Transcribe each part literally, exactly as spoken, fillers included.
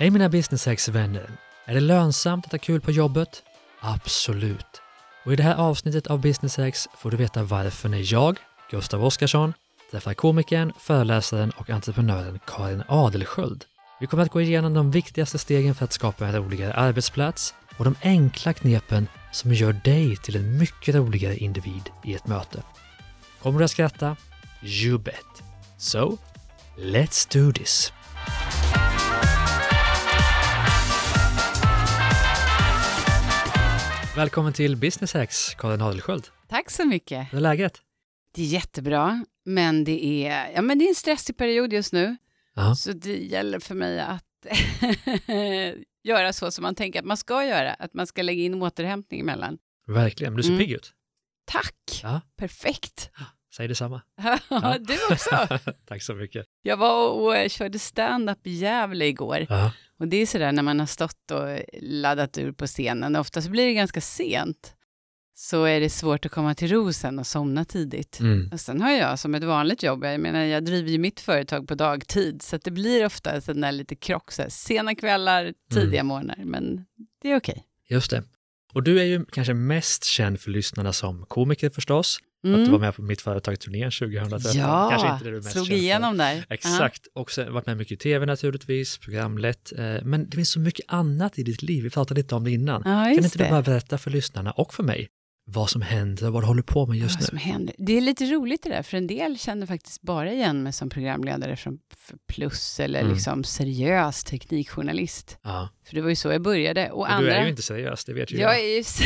Hej mina business-hacks-vänner. Är det lönsamt att ha kul på jobbet? Absolut. Och i det här avsnittet av Business Hacks får du veta varför när jag, Gustav Oskarsson, träffar komikern, föreläsaren och entreprenören Karin Adelsköld. Vi kommer att gå igenom de viktigaste stegen för att skapa en roligare arbetsplats och de enkla knepen som gör dig till en mycket roligare individ i ett möte. Kommer du att skratta? You bet. So, let's do this! Välkommen till Business Hacks, Karin Adelsköld. Tack så mycket. Hur är läget? Det är jättebra, men det är, ja, men det är en stressig period just nu. Aha. Så det gäller för mig att göra så som man tänker att man ska göra. Att man ska lägga in återhämtning emellan. Verkligen, du ser Mm. pigg ut. Tack, Ja. Perfekt. Säg detsamma. Ja. Du också. Tack så mycket. Jag var och körde stand-up i Gävle igår. Ja. Och det är sådär när man har stått och laddat ur på scenen. Oftast blir det ganska sent. Så är det svårt att komma till ro sen och somna tidigt. Mm. Och sen har jag som ett vanligt jobb, jag menar jag driver ju mitt företag på dagtid. Så att det blir ofta den där lite krock, så här, sena kvällar, tidiga mm. morgnar. Men det är okej. Just det. Och du är ju kanske mest känd för lyssnarna som komiker förstås. Mm. Att du var med på mitt företag turnén tjugohundratretton. Ja, kanske inte det du är mest slog känd igenom för. där. Exakt. Uh-huh. Och sen varit med mycket i tv naturligtvis, programlett. Eh, men det finns så mycket annat i ditt liv. Vi pratade lite om det innan. Ja, kan inte det. du bara berätta för lyssnarna och för mig vad som händer och vad du håller på med just vad nu? Som händer. Det är lite roligt det där, för en del känner faktiskt bara igen mig som programledare från Plus eller mm. liksom seriös teknikjournalist. Ja. För det var ju så jag började. Och, och andra, du är ju inte seriös, det vet ju jag. jag.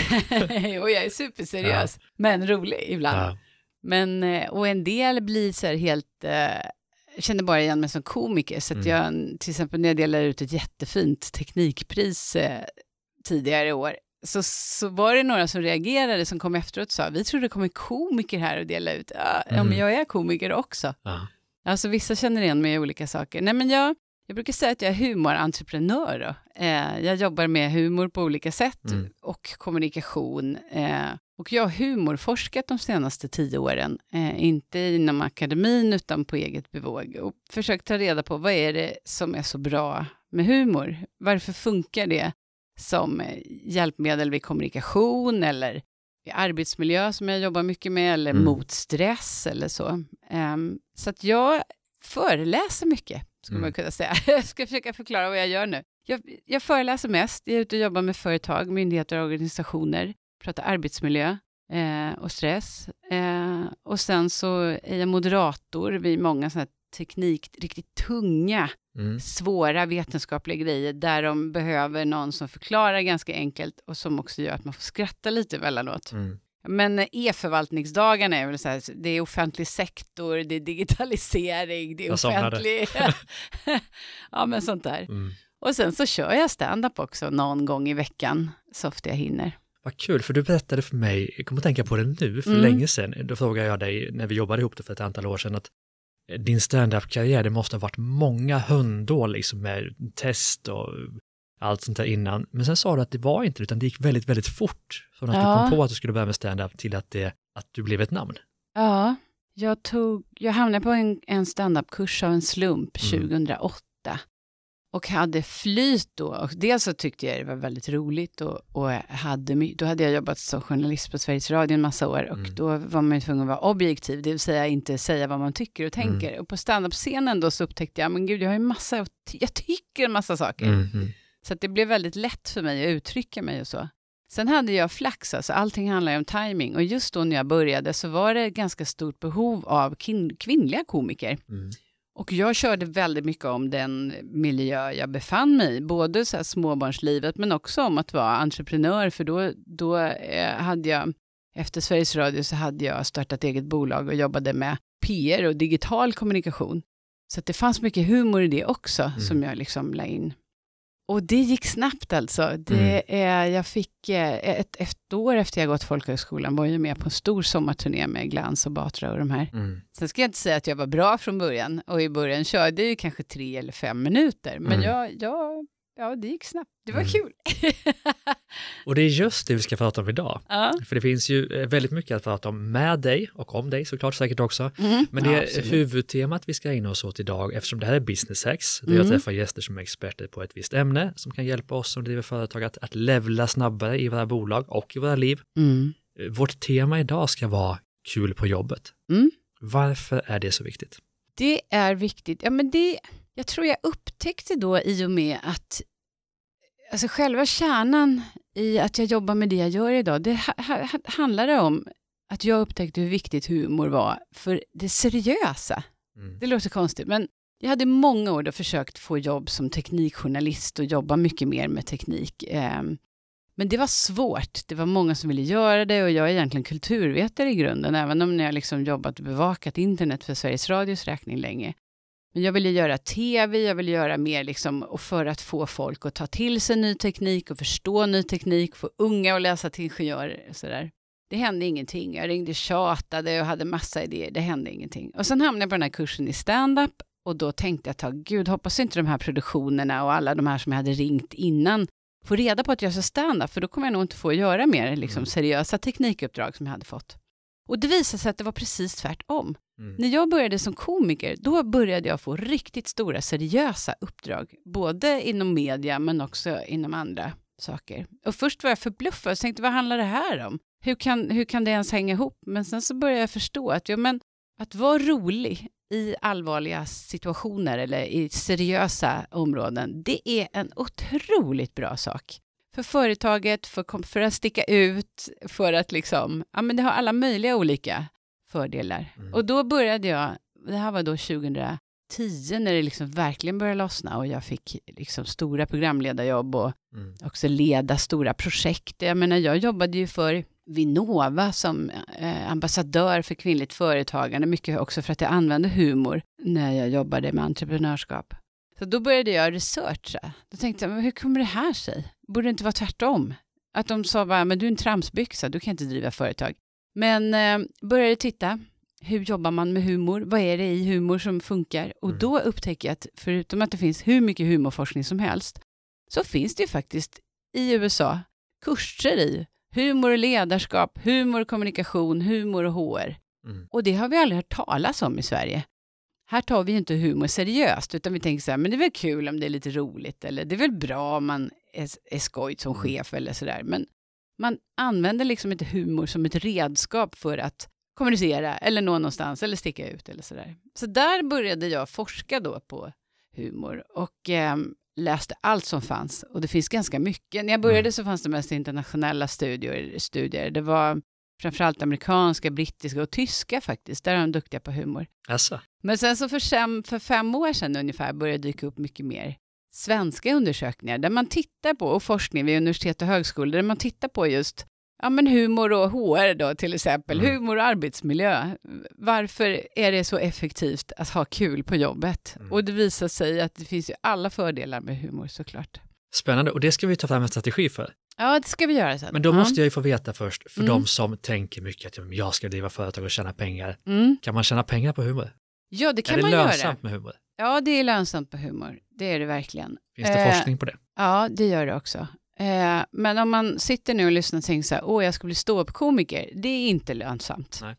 Är ju, och jag är superseriös, ja. Men rolig ibland. Ja. Men, och en del blir så här helt, eh, känner bara igen mig som komiker. Så att mm. jag, till exempel när jag delar ut ett jättefint teknikpris eh, tidigare i år, så, så var det några som reagerade som kom efteråt och sa, vi tror det kommer komiker här och dela ut. Ja, mm. ja men jag är komiker också. Ja. Alltså vissa känner igen mig i olika saker. Nej men jag, jag brukar säga att jag är humorentreprenör då. Eh, jag jobbar med humor på olika sätt mm. och kommunikation. Eh, och jag har humorforskat de senaste tio åren. Eh, inte inom akademin utan på eget bevåg. Och försökt ta reda på vad är det som är så bra med humor. Varför funkar det som hjälpmedel vid kommunikation eller vid arbetsmiljö som jag jobbar mycket med. Eller mm. mot stress eller så. Eh, så att jag föreläser mycket. Skulle man kunna säga. Jag ska försöka förklara vad jag gör nu. Jag, jag föreläser mest. Jag är ute och jobbar med företag, myndigheter och organisationer. Pratar arbetsmiljö eh, och stress. Eh, och sen så är jag moderator vid många sådana här teknik, riktigt tunga, mm. svåra vetenskapliga grejer. Där de behöver någon som förklarar ganska enkelt och som också gör att man får skratta lite emellanåt. Mm. Men e-förvaltningsdagarna är väl så här, det är offentlig sektor, det är digitalisering, det är offentlig... ja, men sånt där. Mm. Och sen så kör jag stand-up också någon gång i veckan, så ofta jag hinner. Vad kul, för du berättade för mig, jag kommer att tänka på det nu, för mm. länge sedan. Då frågade jag dig, när vi jobbade ihop det för ett antal år sedan, att din stand-up-karriär, det måste ha varit många hundår liksom med test och allt sånt där innan. Men sen sa du att det var inte, utan det gick väldigt, väldigt fort. Från att ja. du kom på att du skulle börja med stand-up till att, det, att du blev ett namn. Ja, jag, tog, jag hamnade på en, en stand-up-kurs av en slump mm. tjugohundraåtta. Och hade flyt då. Och dels så tyckte jag det var väldigt roligt. Och, och hade, då hade jag jobbat som journalist på Sveriges Radio en massa år. Och mm. då var man ju tvungen att vara objektiv. Det vill säga inte säga vad man tycker och tänker. Mm. Och på stand-up-scenen då så upptäckte jag, men gud, jag har ju massa, jag tycker en massa saker. Mm. Så att det blev väldigt lätt för mig att uttrycka mig och så. Sen hade jag flax, alltså allting handlar ju om timing. Och just då när jag började så var det ett ganska stort behov av kin- kvinnliga komiker. Mm. Och jag körde väldigt mycket om den miljö jag befann mig i. Både så här småbarnslivet men också om att vara entreprenör. För då, då eh, hade jag, efter Sveriges Radio så hade jag startat eget bolag och jobbade med P R och digital kommunikation. Så att det fanns mycket humor i det också mm. som jag liksom la in. Och det gick snabbt alltså. Det, mm. eh, jag fick eh, ett, ett år efter jag gått folkhögskolan var jag med på en stor sommarturné med Glans och Batra och de här. Mm. Sen ska jag inte säga att jag var bra från början. Och i början körde jag ju kanske tre eller fem minuter. Men mm. jag, jag ja, det gick snabbt. Det var Mm. kul. Och det är just det vi ska prata om idag. Ja. För det finns ju väldigt mycket att prata om med dig och om dig såklart säkert också. Mm. Men det Ja, är absolut. huvudtemat vi ska in oss åt idag eftersom det här är Business Hacks. Där Mm. jag träffar gäster som är experter på ett visst ämne som kan hjälpa oss som driver företag att, att levla snabbare i våra bolag och i våra liv. Mm. Vårt tema idag ska vara kul på jobbet. Mm. Varför är det så viktigt? Det är viktigt. Ja, men det, jag tror jag upptäckte då i och med att alltså själva kärnan i att jag jobbar med det jag gör idag, det ha, ha, handlar om att jag upptäckte hur viktigt humor var för det seriösa. Mm. Det låter konstigt, men jag hade många år då försökt få jobb som teknikjournalist och jobba mycket mer med teknik. Men det var svårt. Det var många som ville göra det och jag är egentligen kulturvetare i grunden, även om jag liksom jobbat och bevakat internet för Sveriges Radios räkning länge. Men jag ville göra tv, jag ville göra mer liksom, och för att få folk att ta till sig ny teknik och förstå ny teknik, få unga att läsa till ingenjörer och sådär. Det hände ingenting. Jag ringde, tjatade och hade massa idéer. Det hände ingenting. Och sen hamnade jag på den här kursen i stand-up och då tänkte jag att gud, hoppas inte de här produktionerna och alla de här som jag hade ringt innan får reda på att jag ska stand-up, för då kommer jag nog inte få göra mer liksom, Mm. seriösa teknikuppdrag som jag hade fått. Och det visade sig att det var precis tvärtom. Mm. När jag började som komiker, då började jag få riktigt stora seriösa uppdrag. Både inom media men också inom andra saker. Och först var jag förbluffad och tänkte, vad handlar det här om? Hur kan, hur kan det ens hänga ihop? Men sen så började jag förstå att, ja, men, att vara rolig i allvarliga situationer eller i seriösa områden, det är en otroligt bra sak. För företaget, för, för att sticka ut, för att liksom, ja men det har alla möjliga olika fördelar. Mm. Och då började jag, det här var då tjugohundratio när det liksom verkligen började lossna och jag fick liksom stora programledarjobb och Mm. också leda stora projekt. Jag menar, jag jobbade ju för Vinnova som eh, ambassadör för kvinnligt företagande, mycket också för att jag använde humor när jag jobbade med entreprenörskap. Så då började jag researcha. Då tänkte jag, men hur kommer det här sig? Borde det inte vara tvärtom? Att de sa bara, men du är en tramsbyxa, du kan inte driva företag. Men eh, började titta, hur jobbar man med humor? Vad är det i humor som funkar? Och Mm. då upptäcker jag att förutom att det finns hur mycket humorforskning som helst, så finns det ju faktiskt i U S A kurser i humor och ledarskap, humor och kommunikation, humor och H R. Mm. Och det har vi aldrig hört talas om i Sverige. Här tar vi ju inte humor seriöst, utan vi tänker så här, men det är väl kul om det är lite roligt, eller det är väl bra om man är, är skojt som chef eller sådär. Men man använder liksom inte humor som ett redskap för att kommunicera eller nå någonstans eller sticka ut eller sådär. Så där började jag forska då på humor och eh, läste allt som fanns. Och det finns ganska mycket. När jag började så fanns det mest internationella studier. studier. Det var framförallt amerikanska, brittiska och tyska faktiskt. Där är de duktiga på humor. Alltså. Men sen så för fem, för fem år sedan ungefär började dyka upp mycket mer svenska undersökningar där man tittar på, och forskning vid universitet och högskolor, där man tittar på just ja, men humor och H R då till exempel, Mm. humor och arbetsmiljö. Varför är det så effektivt att ha kul på jobbet? Mm. Och det visar sig att det finns ju alla fördelar med humor såklart. Spännande, och det ska vi ta fram en strategi för. Ja, det ska vi göra sen. Men då ja. måste jag ju få veta först, för Mm. de som tänker mycket att jag ska driva företag och tjäna pengar. Mm. Kan man tjäna pengar på humor? Ja, det kan är det man lönsamt göra. med humor? Ja, det är lönsamt med humor. Det är det verkligen. Finns det Eh, forskning på det? Ja, det gör det också. Eh, men om man sitter nu och lyssnar och tänker så här, åh, jag ska bli ståuppkomiker, det är inte lönsamt. Nej.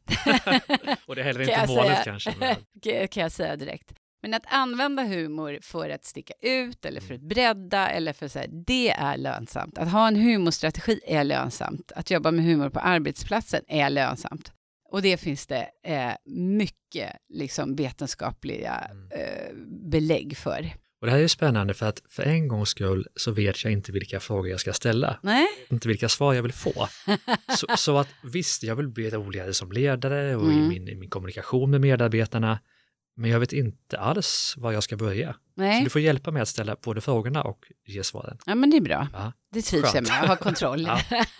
Och det är heller Kan inte jag målet säga. kanske. Men... kan jag säga direkt. Men att använda humor för att sticka ut eller för att bredda eller för så här, det är lönsamt. Att ha en humorstrategi är lönsamt. Att jobba med humor på arbetsplatsen är lönsamt. Och det finns det eh, mycket liksom, vetenskapliga eh, belägg för. Och det här är ju spännande för att för en gångs skull så vet jag inte vilka frågor jag ska ställa. Nej. Inte vilka svar jag vill få. så, så att visst, jag vill bli roligare som ledare och Mm. i, min, i min kommunikation med medarbetarna. Men jag vet inte alls var jag ska börja. Nej. Så du får hjälpa mig att ställa både frågorna och ge svaren. Ja, men det är bra. Ja. Det trivs jag Skönt. med, att ha kontroll. Ja.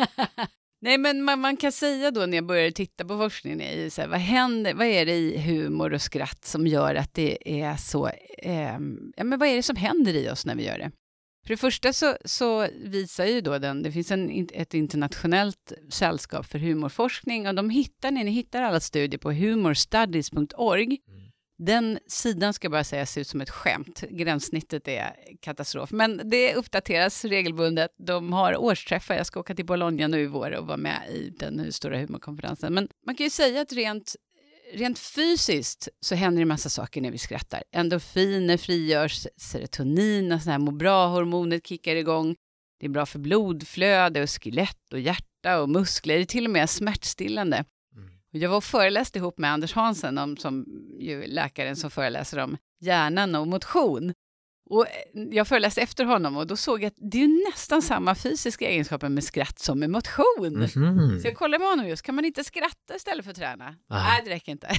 Nej, men man, man kan säga då när jag började titta på forskningen, är ju så här, vad händer, vad är det i humor och skratt som gör att det är så, eh, ja men vad är det som händer i oss när vi gör det? För det första så, så visar ju då den, det finns en, ett internationellt sällskap för humorforskning och de hittar, ni hittar alla studier på humor studies punkt org. Mm. Den sidan ska bara säga ser ut som ett skämt. Gränssnittet är katastrof. Men det uppdateras regelbundet. De har årsträffar. Jag ska åka till Bologna nu i vår och vara med i den stora humorkonferensen. Men man kan ju säga att rent, rent fysiskt så händer det en massa saker när vi skrattar. Endorfiner frigörs, serotonin och sådana här må bra-hormonet kickar igång. Det är bra för blodflöde och skelett och hjärta och muskler. Det är till och med smärtstillande. Jag var föreläst ihop med Anders Hansen, om, som ju läkaren som föreläser om hjärnan och motion. Och jag föreläste efter honom och då såg jag att det är nästan samma fysiska egenskaper med skratt som med motion. Mm-hmm. Så jag kollade med honom just, kan man inte skratta istället för att träna? Ah. Nej, det räcker inte.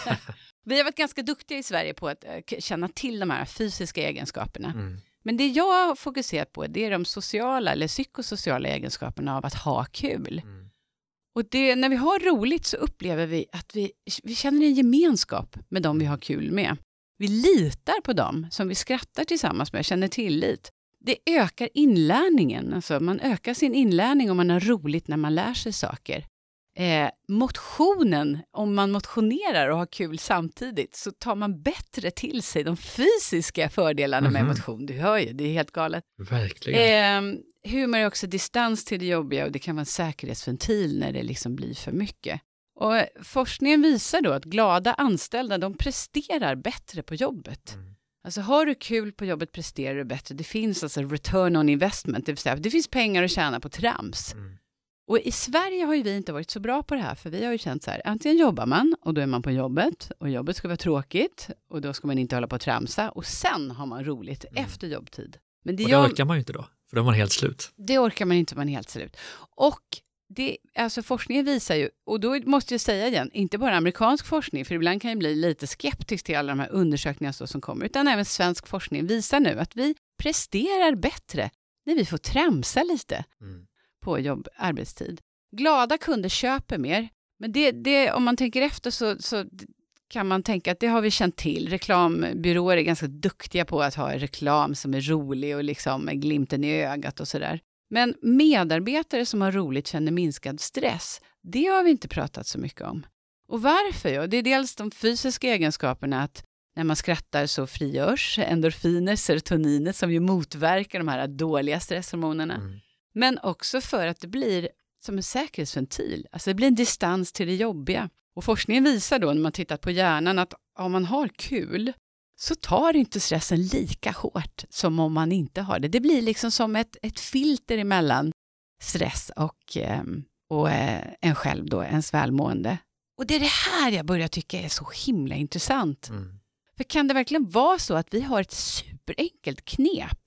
Vi har varit ganska duktiga i Sverige på att känna till de här fysiska egenskaperna. Mm. Men det jag har fokuserat på, det är de sociala eller psykosociala egenskaperna av att ha kul. Mm. Och det, när vi har roligt så upplever vi att vi, vi känner en gemenskap med dem vi har kul med. Vi litar på dem som vi skrattar tillsammans med, känner tillit. Det ökar inlärningen. Alltså man ökar sin inlärning om man har roligt när man lär sig saker. Eh, motionen, om man motionerar och har kul samtidigt så tar man bättre till sig de fysiska fördelarna mm-hmm. med motion. Du hör ju, det är helt galet. Verkligen. Eh, humor är också distans till det jobbiga och det kan vara en säkerhetsventil när det liksom blir för mycket. Och forskningen visar då att glada anställda, de presterar bättre på jobbet. Mm. Alltså har du kul på jobbet presterar du bättre. Det finns alltså return on investment, det vill säga det finns pengar att tjäna på trams. Mm. Och i Sverige har ju vi inte varit så bra på det här, för vi har ju känt så här, antingen jobbar man och då är man på jobbet och jobbet ska vara tråkigt och då ska man inte hålla på att tramsa och sen har man roligt mm. efter jobbtid. Men det och det jag, orkar man ju inte då, för då är man helt slut. Det orkar man inte, man är helt slut. Och det, alltså forskningen visar ju, och då måste jag säga igen, inte bara amerikansk forskning, för ibland kan jag bli lite skeptisk till alla de här undersökningarna som kommer, utan även svensk forskning visar nu att vi presterar bättre när vi får tramsa lite mm. på jobb, arbetstid. Glada kunder köper mer, men det, det, om man tänker efter så, så kan man tänka att det har vi känt till. Reklambyråer är ganska duktiga på att ha reklam som är rolig och liksom med glimten i ögat och sådär. Men medarbetare som har roligt känner minskad stress, det har vi inte pratat så mycket om. Och varför? Ja? Det är dels de fysiska egenskaperna att när man skrattar så frigörs endorfiner, serotoniner som ju motverkar de här dåliga stresshormonerna. Mm. Men också för att det blir som en säkerhetsventil. Alltså det blir en distans till det jobbiga. Och forskningen visar då när man tittar på hjärnan att om man har kul så tar inte stressen lika hårt som om man inte har det. Det blir liksom som ett, ett filter emellan stress och, och en själv då, ens välmående. Och det är det här jag börjar tycka är så himla intressant. Mm. För kan det verkligen vara så att vi har ett superenkelt knep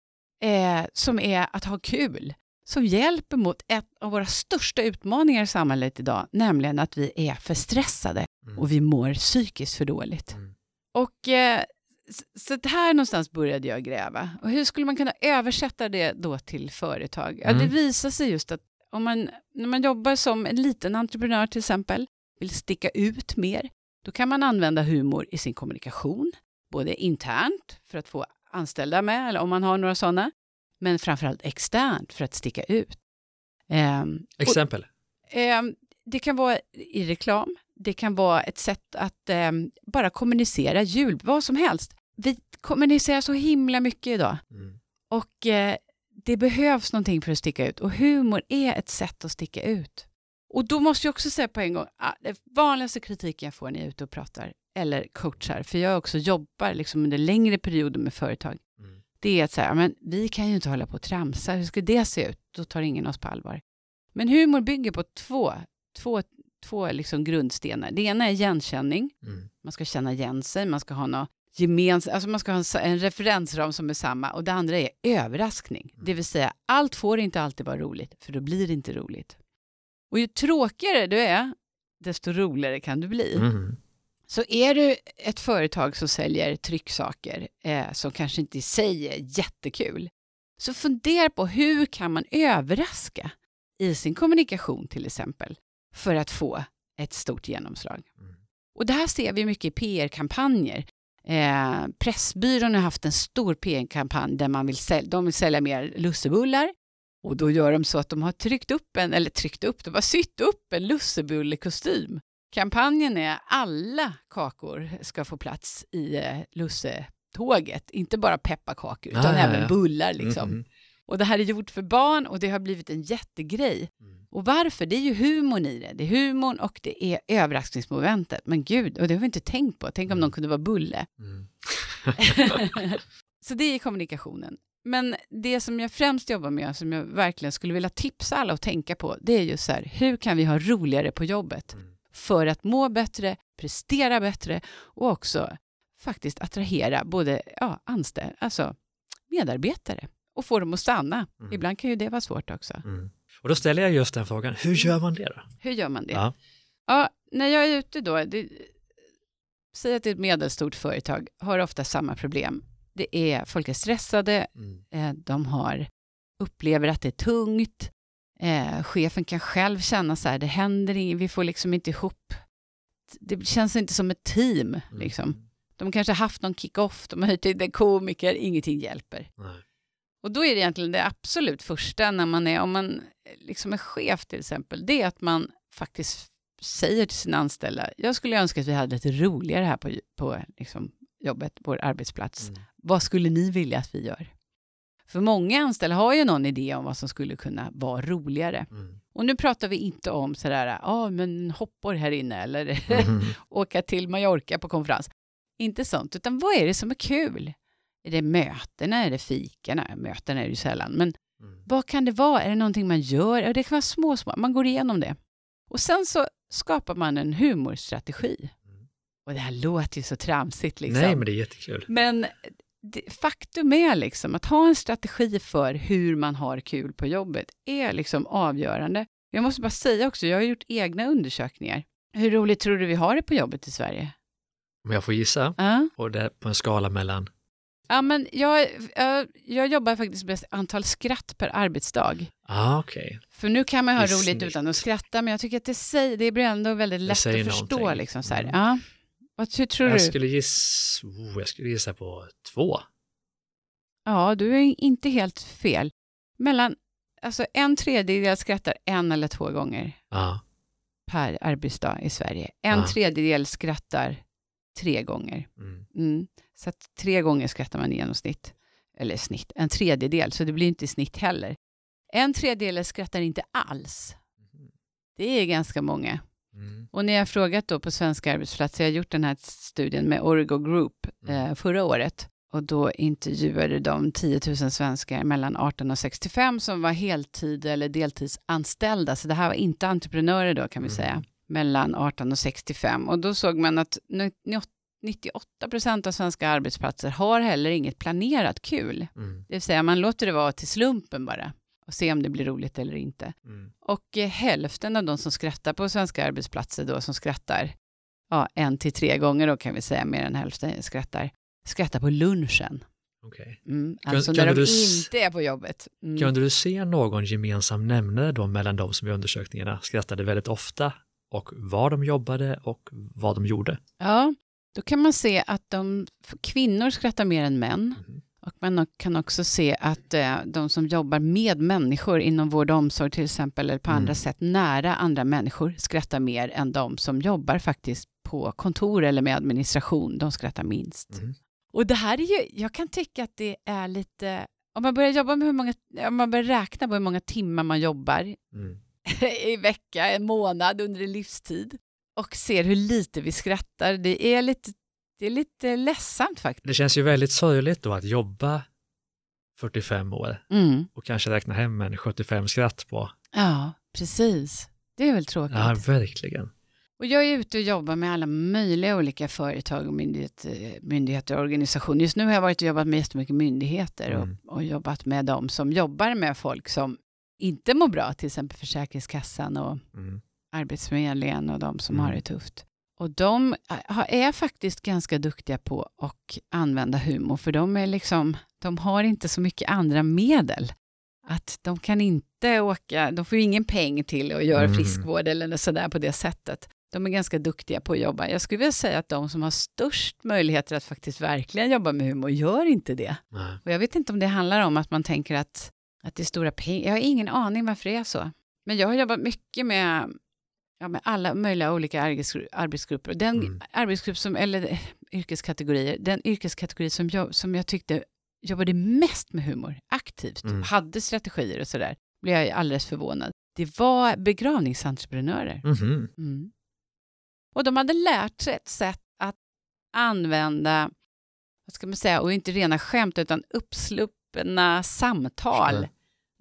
eh, som är att ha kul, som hjälper mot ett av våra största utmaningar i samhället idag, nämligen att vi är för stressade mm. och vi mår psykiskt för dåligt. Mm. Och eh, så här någonstans började jag gräva. Och hur skulle man kunna översätta det då till företag? Ja, mm. det visar sig just att om man, när man jobbar som en liten entreprenör till exempel, vill sticka ut mer, då kan man använda humor i sin kommunikation. Både internt för att få anställda med, eller om man har några sådana. Men framförallt externt för att sticka ut. Eh, Exempel? Och, eh, det kan vara i reklam. Det kan vara ett sätt att eh, bara kommunicera jul, vad som helst. Vi kommunicerar så himla mycket idag. Mm. Och eh, det behövs någonting för att sticka ut. Och humor är ett sätt att sticka ut. Och då måste jag också säga på en gång, ah, det vanligaste kritiken jag får när jag är ute och pratar eller coachar, för jag också jobbar liksom under längre perioder med företag. Mm. Det är att säga, men vi kan ju inte hålla på och tramsa. Hur ska det se ut? Då tar ingen oss på allvar. Men humor bygger på två, två, två liksom grundstenar. Det ena är igenkänning. Mm. Man ska känna igen sig. Man ska ha något gemensamt. Alltså man ska ha en, en referensram som är samma. Och det andra är överraskning. Mm. Det vill säga, allt får inte alltid vara roligt. För då blir det inte roligt. Och ju tråkigare du är, desto roligare kan du bli. Mm. Så är du ett företag som säljer trycksaker eh, som kanske inte i sig är jättekul, så fundera på hur kan man överraska i sin kommunikation till exempel för att få ett stort genomslag. Mm. Och det här ser vi mycket i P R-kampanjer. Eh, Pressbyrån har haft en stor P R-kampanj där man vill sälja, de vill sälja mer lussebullar. Och då gör de så att de har tryckt upp en, eller tryckt upp, de har sytt upp en lussebullekostym. Kampanjen är alla kakor ska få plats i eh, lussetåget. Inte bara pepparkakor utan Ah, även ja. bullar liksom. Mm. Och det här är gjort för barn och det har blivit en jättegrej. Mm. Och varför? Det är ju humorn i det. Det är humorn och det är överraskningsmomentet. Men gud, och det har vi inte tänkt på. Tänk om Mm. någon kunde vara bulle. Mm. Så det är kommunikationen. Men det som jag främst jobbar med, som jag verkligen skulle vilja tipsa alla att tänka på, det är ju så här, hur kan vi ha roligare på jobbet? Mm. För att må bättre, prestera bättre och också faktiskt attrahera både ja, anställda, alltså medarbetare och få dem att stanna. Mm. Ibland kan ju det vara svårt också. Mm. Och då ställer jag just den frågan, hur gör man det då? Hur gör man det? Ja. Ja, när jag är ute då, det, säg att det är ett medelstort företag, har ofta samma problem. Det är, folk är stressade, Mm. eh, de har, upplever att det är tungt, eh, chefen kan själv känna så här, det händer inget, vi får liksom inte ihop, det känns inte som ett team liksom. Mm. De kanske har haft någon kick-off, de har hyrt in en komiker, ingenting hjälper. Nej. Och då är det egentligen det absolut första när man är, om man liksom är chef till exempel, det är att man faktiskt säger till sina anställda, jag skulle önska att vi hade lite roligare här på, på liksom jobbet, vår arbetsplats. Mm. Vad skulle ni vilja att vi gör? För många anställda har ju någon idé om vad som skulle kunna vara roligare. Mm. Och nu pratar vi inte om sådär, ja ah, men hoppor här inne eller Mm. åka till Mallorca på konferens. Inte sånt, utan vad är det som är kul? Är det mötena, är det fikarna? Mötena är det ju sällan, men Mm. vad kan det vara? Är det någonting man gör? Ja, det kan vara små, små. Man går igenom det. Och sen så skapar man en humorstrategi. Mm. Och det här låter ju så tramsigt liksom. Nej, men det är jättekul. Men det, faktum är liksom att ha en strategi för hur man har kul på jobbet är liksom avgörande. Jag måste bara säga också, jag har gjort egna undersökningar. Hur roligt tror du vi har det på jobbet i Sverige? Om jag får gissa, Ja, och det är på en skala mellan... ja men jag, jag, jag jobbar faktiskt med antal skratt per arbetsdag. Ah, okej. För nu kan man ju ha I roligt snitt. utan att skratta, men jag tycker att det, säger, det blir ändå väldigt lätt säger att förstå. någonting. Liksom, så här. Mm. Ja. Vad, hur tror Jag du? skulle gissa... Oh, jag skulle gissa på två. Ja, du är inte helt fel. Mellan, alltså en tredjedel skrattar en eller två gånger Ja. per arbetsdag i Sverige. En Ja. tredjedel skrattar tre gånger. Mm. Mm. Så att tre gånger skrattar man i genomsnitt. Eller snitt, en tredjedel, så det blir inte i snitt heller. En tredjedel skrattar inte alls. Det är ganska många. Mm. Och när jag har frågat då på svenska arbetsplatser, jag har gjort den här studien med Origo Group eh, förra året. Och då intervjuade de tio tusen svenskar mellan arton och sextiofem som var heltid- eller deltidsanställda. Så det här var inte entreprenörer då kan vi Mm. säga. Mellan arton och sextiofem. Och då såg man att nittioåtta procent av svenska arbetsplatser har heller inget planerat kul. Mm. Det vill säga man låter det vara till slumpen bara. Och se om det blir roligt eller inte. Mm. Och eh, hälften av de som skrattar på svenska arbetsplatser då som skrattar ja, en till tre gånger då kan vi säga, mer än hälften skrattar. Skrattar på lunchen. Okej. Mm, Kun- alltså kunde när de du s- inte är på jobbet. Mm. Kunde du se någon gemensam nämnare då mellan de som i undersökningarna skrattade väldigt ofta och var de jobbade och vad de gjorde? Ja, då kan man se att de, kvinnor skrattar mer än män. Mm. Och man kan också se att eh, de som jobbar med människor inom vård och omsorg till exempel, eller på Mm. andra sätt nära andra människor, skrattar mer än de som jobbar faktiskt på kontor eller med administration. De skrattar minst. Mm. Och det här är ju, jag kan tycka att det är lite, om man börjar jobba med hur många, om man börjar räkna på hur många timmar man jobbar Mm. i vecka, en månad under en livstid och ser hur lite vi skrattar, det är lite, det är lite ledsamt faktiskt. Det känns ju väldigt sorgligt då att jobba fyrtiofem år Mm. och kanske räkna hem en sjuttiofem skratt på. Ja, precis. Det är väl tråkigt. Ja, verkligen. Och jag är ute och jobbar med alla möjliga olika företag och myndighet, myndigheter och organisationer. Just nu har jag varit och jobbat med jättemycket myndigheter Mm. och, och jobbat med dem som jobbar med folk som inte mår bra, till exempel Försäkringskassan och Mm. Arbetsförmedlingen och de som Mm. har det tufft. Och de är faktiskt ganska duktiga på att använda humor, för de är liksom, de har inte så mycket andra medel. Att de kan inte åka, de får ju ingen peng till att göra Mm. friskvård eller sådär på det sättet. De är ganska duktiga på att jobba. Jag skulle vilja säga att de som har störst möjligheter att faktiskt verkligen jobba med humor gör inte det. Nej. Och jag vet inte om det handlar om att man tänker att, att det är stora pengar. Jag har ingen aning varför det är så. Men jag har jobbat mycket med ja, med alla möjliga olika arbetsgrupper. Den mm. arbetsgrupp som, eller yrkeskategorier, den yrkeskategori som jag, som jag tyckte jobbade mest med humor, aktivt, mm. hade strategier och sådär, blev jag alldeles förvånad. Det var begravningsentreprenörer. Mm-hmm. Mm. Och de hade lärt sig ett sätt att använda, vad ska man säga, och inte rena skämt utan uppsluppna samtal mm.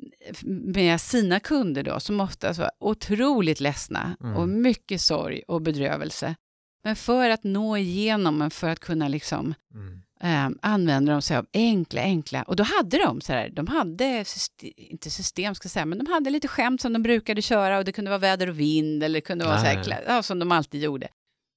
med sina kunder då, som ofta var otroligt ledsna mm. och mycket sorg och bedrövelse. Men för att nå igenom, men för att kunna liksom mm. eh, använda de sig av enkla, enkla. Och då hade de så här, de hade system, inte system ska jag säga, men de hade lite skämt som de brukade köra, och det kunde vara väder och vind, eller det kunde vara Nej. så här, ja, som de alltid gjorde.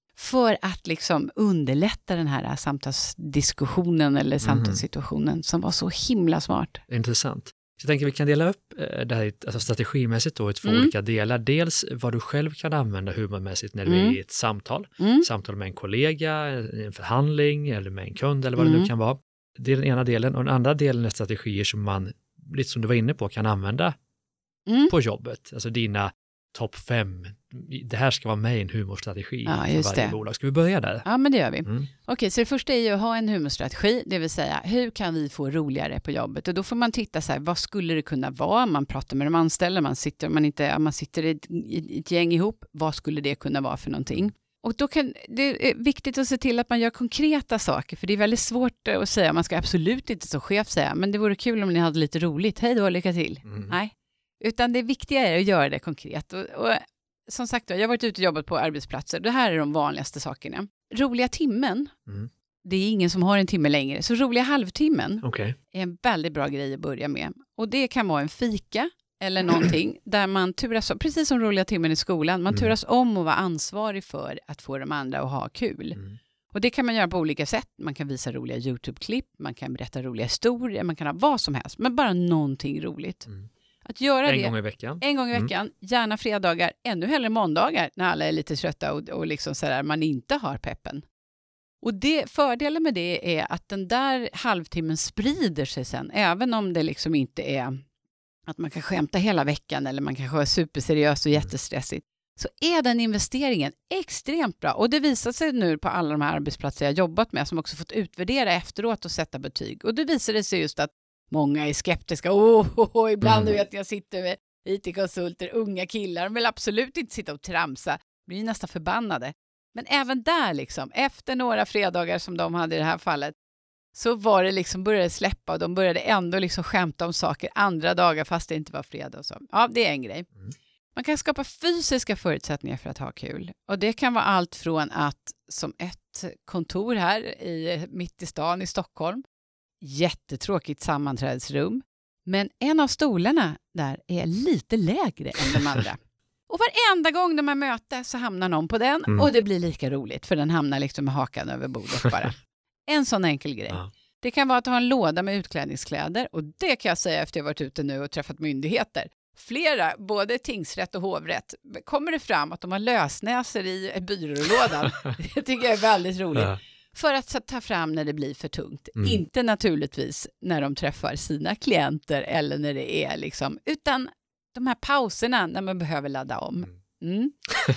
För att liksom underlätta den här samtalsdiskussionen eller samtalssituationen mm. som var så himla smart. Intressant. Så jag tänker att vi kan dela upp det här alltså strategimässigt då i två mm. olika delar. Dels vad du själv kan använda humormässigt när du mm. är i ett samtal. Mm. Samtal med en kollega, en förhandling eller med en kund eller vad mm. det nu kan vara. Det är den ena delen. Och den andra delen är strategier som man, lite som du var inne på, kan använda mm. på jobbet. Alltså dina topp fem. Det här ska vara med i en humorstrategi ja, för varje det. bolag. Ska vi börja där? Ja, men det gör vi. Mm. Okej, så det första är ju att ha en humorstrategi, det vill säga hur kan vi få roligare på jobbet? Och då får man titta så här, vad skulle det kunna vara? Man pratar med de anställda, man sitter, man inte, man sitter i ett, i ett gäng ihop. Vad skulle det kunna vara för någonting? Och då kan, det är viktigt att se till att man gör konkreta saker, för det är väldigt svårt att säga, man ska absolut inte så chef säga, men det vore kul om ni hade lite roligt. Hej då, lycka till. Mm. Nej. Utan det viktiga är att göra det konkret. Och, och som sagt, jag har varit ute och jobbat på arbetsplatser. Det här är de vanligaste sakerna. Roliga timmen, mm. det är ingen som har en timme längre. Så roliga halvtimmen okay. är en väldigt bra grej att börja med. Och det kan vara en fika eller någonting där man turas om, precis som roliga timmen i skolan, man mm. turas om och vara ansvarig för att få de andra att ha kul. Mm. Och det kan man göra på olika sätt. Man kan visa roliga YouTube-klipp, man kan berätta roliga historier, man kan ha vad som helst. Men bara någonting roligt. Mm. Att göra en det gång i veckan. En gång i veckan, mm. gärna fredagar, ännu hellre måndagar när alla är lite trötta och, och liksom så där, man inte har peppen. Och det, fördelen med det är att den där halvtimmen sprider sig sen, även om det liksom inte är att man kan skämta hela veckan eller man kanske är superseriös och jättestressigt. Så är den investeringen extremt bra. Och det visar sig nu på alla de här arbetsplatser jag jobbat med som också fått utvärdera efteråt och sätta betyg. Och det visade sig just att många är skeptiska. Åh, oh, oh, oh, ibland mm. vet jag sitter med I T-konsulter, unga killar. De vill absolut inte sitta och tramsa. Blir nästan förbannade. Men även där liksom, efter några fredagar som de hade i det här fallet, så var det liksom, började släppa och de började ändå liksom skämta om saker andra dagar fast det inte var fredag och så. Ja, det är en grej. Mm. Man kan skapa fysiska förutsättningar för att ha kul. Och det kan vara allt från att, som ett kontor här i, mitt i stan i Stockholm, jättetråkigt sammanträdesrum. Men en av stolarna där är lite lägre än de andra. Och varenda gång de har möte så hamnar någon på den. Mm. Och det blir lika roligt för den hamnar liksom med hakan över bordet bara. En sån enkel grej. Ja. Det kan vara att ha en låda med utklädningskläder. Och det kan jag säga efter jag varit ute nu och träffat myndigheter. Flera, både tingsrätt och hovrätt, kommer det fram att de har lösnäser i byrålådan. Det tycker jag är väldigt roligt. Ja. För att ta fram när det blir för tungt. Mm. Inte naturligtvis när de träffar sina klienter eller när det är liksom, utan de här pauserna när man behöver ladda om. Mm.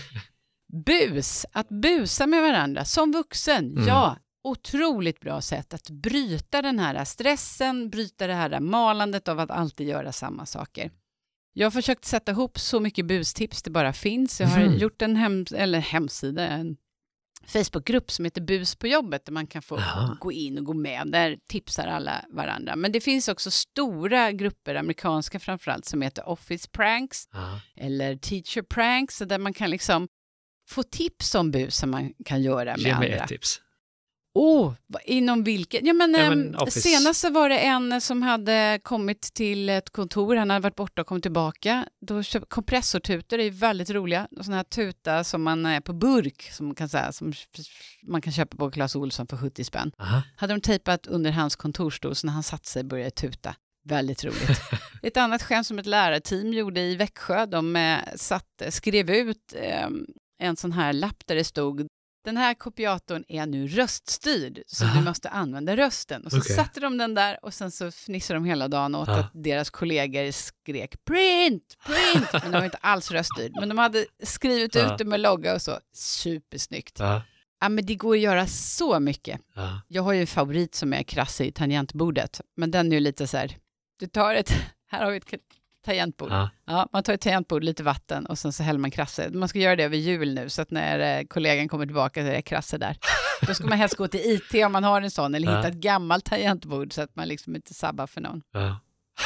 Bus, att busa med varandra som vuxen, mm. ja, otroligt bra sätt att bryta den här stressen, bryta det här malandet av att alltid göra samma saker. Jag har försökt sätta ihop så mycket bustips det bara finns. Jag har mm. gjort en hem, eller hemsida, en Facebookgrupp som heter Bus på jobbet där man kan få Aha. gå in och gå med. Där tipsar alla varandra. Men det finns också stora grupper, amerikanska framförallt, som heter Office Pranks Aha. eller Teacher Pranks, där man kan liksom få tips om bus som man kan göra med Ge mig andra. Ett tips. Åh, oh, inom vilken? Ja, men, ja, men äm, senast så var det en som hade kommit till ett kontor. Han hade varit borta och kommit tillbaka. Då köpt kompressortutor, det är väldigt roliga. Sådana här tuta som man är på burk, som man kan säga, som man kan köpa på Clas Ohlson för sjuttio spänn. Aha. Hade de tejpat under hans kontorstol så när han satt sig började tuta. Väldigt roligt. Ett annat skämt som ett lärarteam gjorde i Växjö. De eh, satt, skrev ut eh, en sån här lapp där det stod den här kopiatorn är nu röststyrd så Aha. du måste använda rösten. Och så Okay. satte de den där och sen så fnissade de hela dagen åt Ja. att deras kollegor skrek print, print. Men de var inte alls röststyrd. Men de hade skrivit Ja. ut det med logga och så. Supersnyggt. Ja. Ja, men det går att göra så mycket. Ja. Jag har ju en favorit som är krasse i tangentbordet. Men den är ju lite så här, du tar ett, här har vi ett tangentbord. Ja. Ja, man tar ett tangentbord, lite vatten och sen så häller man krasse. Man ska göra det över jul nu så att när eh, kollegan kommer tillbaka så är det krasse där. Då ska man helst gå till I T om man har en sån eller Ja. hitta ett gammalt tangentbord så att man liksom inte sabbar för någon. Ja.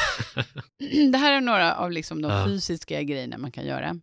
Det här är några av liksom de Ja. fysiska grejerna man kan göra.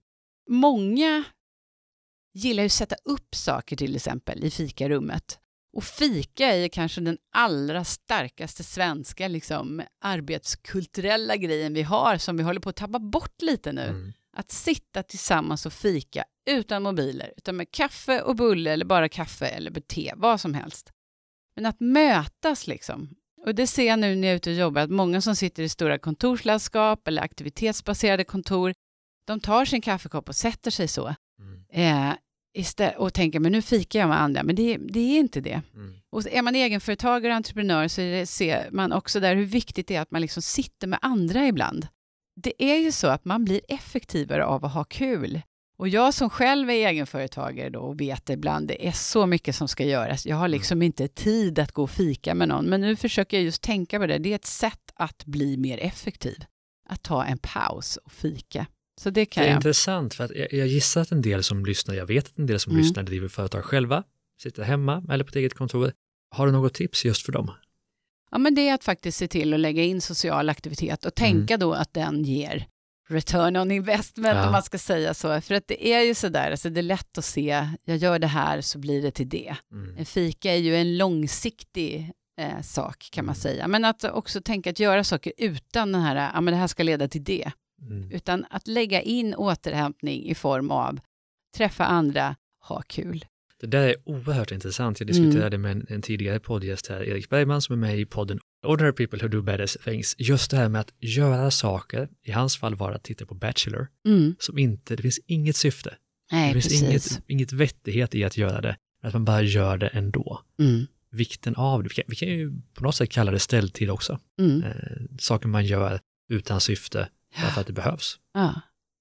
Många gillar ju att sätta upp saker till exempel i fikarummet. Och fika är kanske den allra starkaste svenska liksom, arbetskulturella grejen vi har som vi håller på att tappa bort lite nu. Mm. Att sitta tillsammans och fika utan mobiler, utan med kaffe och bulle eller bara kaffe eller te, vad som helst. Men att mötas liksom. Och det ser jag nu när jag är ute och jobbar, att många som sitter i stora kontorslandskap eller aktivitetsbaserade kontor, de tar sin kaffekopp och sätter sig så. Mm. Eh, istället, och tänker, men nu fikar jag med andra. Men det, det är inte det. Mm. Och är man egenföretagare och entreprenör så är det, ser man också där hur viktigt det är att man liksom sitter med andra ibland. Det är ju så att man blir effektivare av att ha kul. Och jag som själv är egenföretagare då och vet ibland det är så mycket som ska göras. Jag har liksom inte tid att gå och fika med någon. Men nu försöker jag just tänka på det. Det är ett sätt att bli mer effektiv. Att ta en paus och fika. Så det kan Det är jag. intressant för att jag, jag gissar att en del som lyssnar, jag vet att en del som Mm. lyssnar driver företag själva, sitter hemma eller på ett eget kontor. Har du något tips just för dem? Ja, men det är att faktiskt se till att lägga in social aktivitet och tänka då att den ger return on investment Ja. om man ska säga så. För att det är ju sådär, alltså det är lätt att se, jag gör det här så blir det till det. Mm. En fika är ju en långsiktig eh, sak kan man Mm. säga. Men att också tänka att göra saker utan den här, ja men det här ska leda till det. Mm. Utan att lägga in återhämtning i form av träffa andra, ha kul. Det där är oerhört intressant. Jag diskuterade med en, en tidigare poddgäst här, Erik Bergman, som är med i podden Ordinary People Who Do Better Things. Just det här med att göra saker, i hans fall var att titta på Bachelor, Mm. som inte, det finns inget syfte. Nej, det finns precis. inget, inget vettighet i att göra det, men att man bara gör det ändå. Mm. Vikten av det, vi kan, vi kan ju på något sätt kalla det ställtid också. Mm. Eh, saker man gör utan syfte, därför att det behövs. Ja.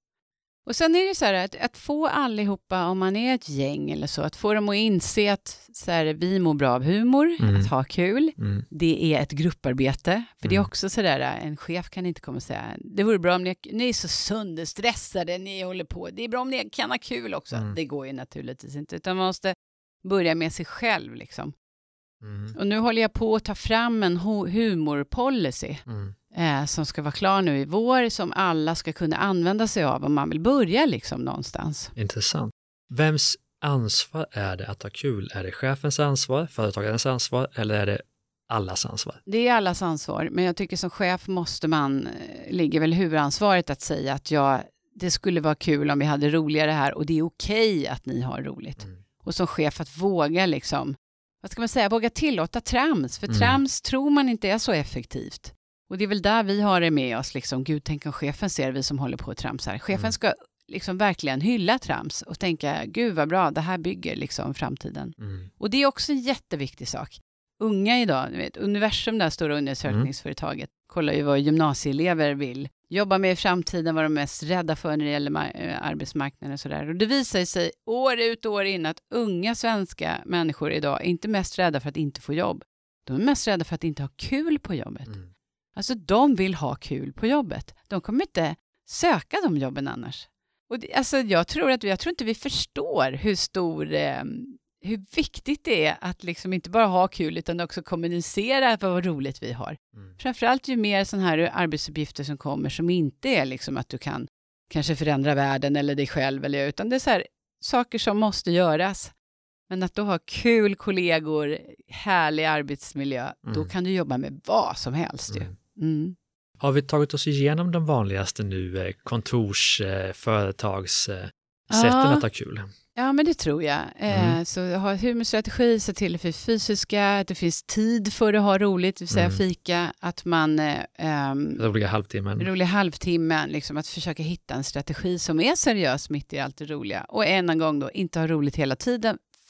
Och sen är det så här att, att få allihopa, om man är ett gäng eller så, att få dem att inse att så här, vi mår bra av humor, Mm. att ha kul. Mm. Det är ett grupparbete. För det är Mm. också så där, en chef kan inte komma och säga, det vore bra om ni, ni är så sönderstressade, ni håller på. Det är bra om ni kan ha kul också. Mm. Det går ju naturligtvis inte, utan man måste börja med sig själv liksom. Mm. Och nu håller jag på att ta fram en ho- humorpolicy. Mm. Eh, som ska vara klar nu i vår, som alla ska kunna använda sig av om man vill börja liksom någonstans. Intressant. Vems ansvar är det att ha kul? Är det chefens ansvar, företagarens ansvar eller är det allas ansvar? Det är allas ansvar, men jag tycker som chef måste man, eh, ligger väl huvudansvaret att säga att ja, det skulle vara kul om vi hade roligare här och det är okej att ni har roligt. Mm. Och som chef att våga liksom, vad ska man säga, våga tillåta trams, för Mm. trams tror man inte är så effektivt. Och det är väl där vi har det med oss, liksom, gud, tänk om chefen ser vi som håller på att tramsar. Chefen Mm. ska liksom verkligen hylla trams och tänka, gud vad bra, det här bygger liksom framtiden. Mm. Och det är också en jätteviktig sak. Unga idag, du vet, Universum, det här stora undersökningsföretaget, kollar ju vad gymnasieelever vill jobba med i framtiden, vad de är mest rädda för när det gäller mar- arbetsmarknaden och sådär. Och det visar sig år ut och år in att unga svenska människor idag är inte mest rädda för att inte få jobb. De är mest rädda för att inte ha kul på jobbet. Mm. Alltså de vill ha kul på jobbet. De kommer inte söka de jobben annars. Och det, alltså jag tror att vi, jag tror inte vi förstår hur stor, eh, hur viktigt det är att liksom inte bara ha kul utan också kommunicera vad roligt vi har. Mm. Framförallt ju mer sådana här arbetsuppgifter som kommer som inte är liksom att du kan kanske förändra världen eller dig själv eller utan det är så här saker som måste göras. Men att då ha kul kollegor, härlig arbetsmiljö, Mm. då kan du jobba med vad som helst ju. Mm. Mm. Har vi tagit oss igenom de vanligaste nu eh, kontors, eh, företags eh, sätten Ja. att ha kul? Ja, men det tror jag. Mm. Eh, så ha humorstrategi, se till för fysiska, att det finns tid för att ha roligt, det vill säga Mm. fika, att man eh, ehm, Roliga halvtimmen. roliga halvtimmen, liksom att försöka hitta en strategi som är seriös mitt i allt det roliga. Och en gång då, inte ha roligt hela tiden,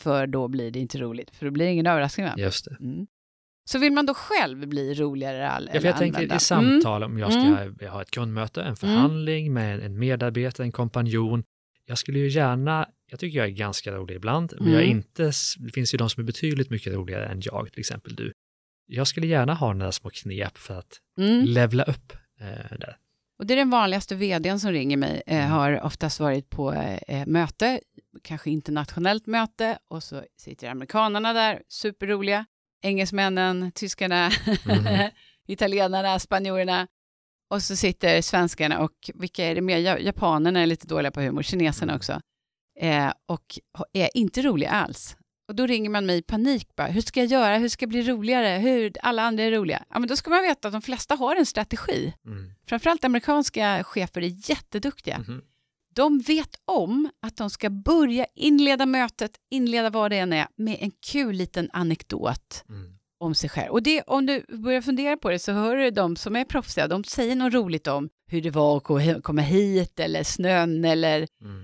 för då blir det inte roligt. För då blir det ingen överraskning. Va? Just det. Mm. Så vill man då själv bli roligare? All, ja, för jag tänker i samtal om jag ska mm. ha ett kundmöte, en förhandling mm. med en medarbetare, en kompanjon. Jag skulle ju gärna, jag tycker jag är ganska rolig ibland, men mm. jag är inte, det finns ju de som är betydligt mycket roligare än jag, till exempel du. Jag skulle gärna ha några små knep för att mm. levla upp eh, där. Och det är den vanligaste vdn som ringer mig, eh, har oftast varit på eh, möte, kanske internationellt möte, och så sitter amerikanerna där, superroliga, engelsmännen, tyskarna, mm. italienarna, spanjorerna, och så sitter svenskarna och vilka är det mer? Japanerna är lite dåliga på humor, kineserna mm. också, eh, och är inte roliga alls. Och då ringer man mig i panik bara, hur ska jag göra? Hur ska jag bli roligare? Hur alla andra är roliga? Ja, men då ska man veta att de flesta har en strategi. Mm. Framförallt amerikanska chefer är jätteduktiga. Mm. De vet om att de ska börja inleda mötet, inleda vad det än är, med en kul liten anekdot mm. om sig själv. Och det, om du börjar fundera på det så hör du de som är proffsiga, de säger något roligt om hur det var att komma hit, eller snön, eller mm.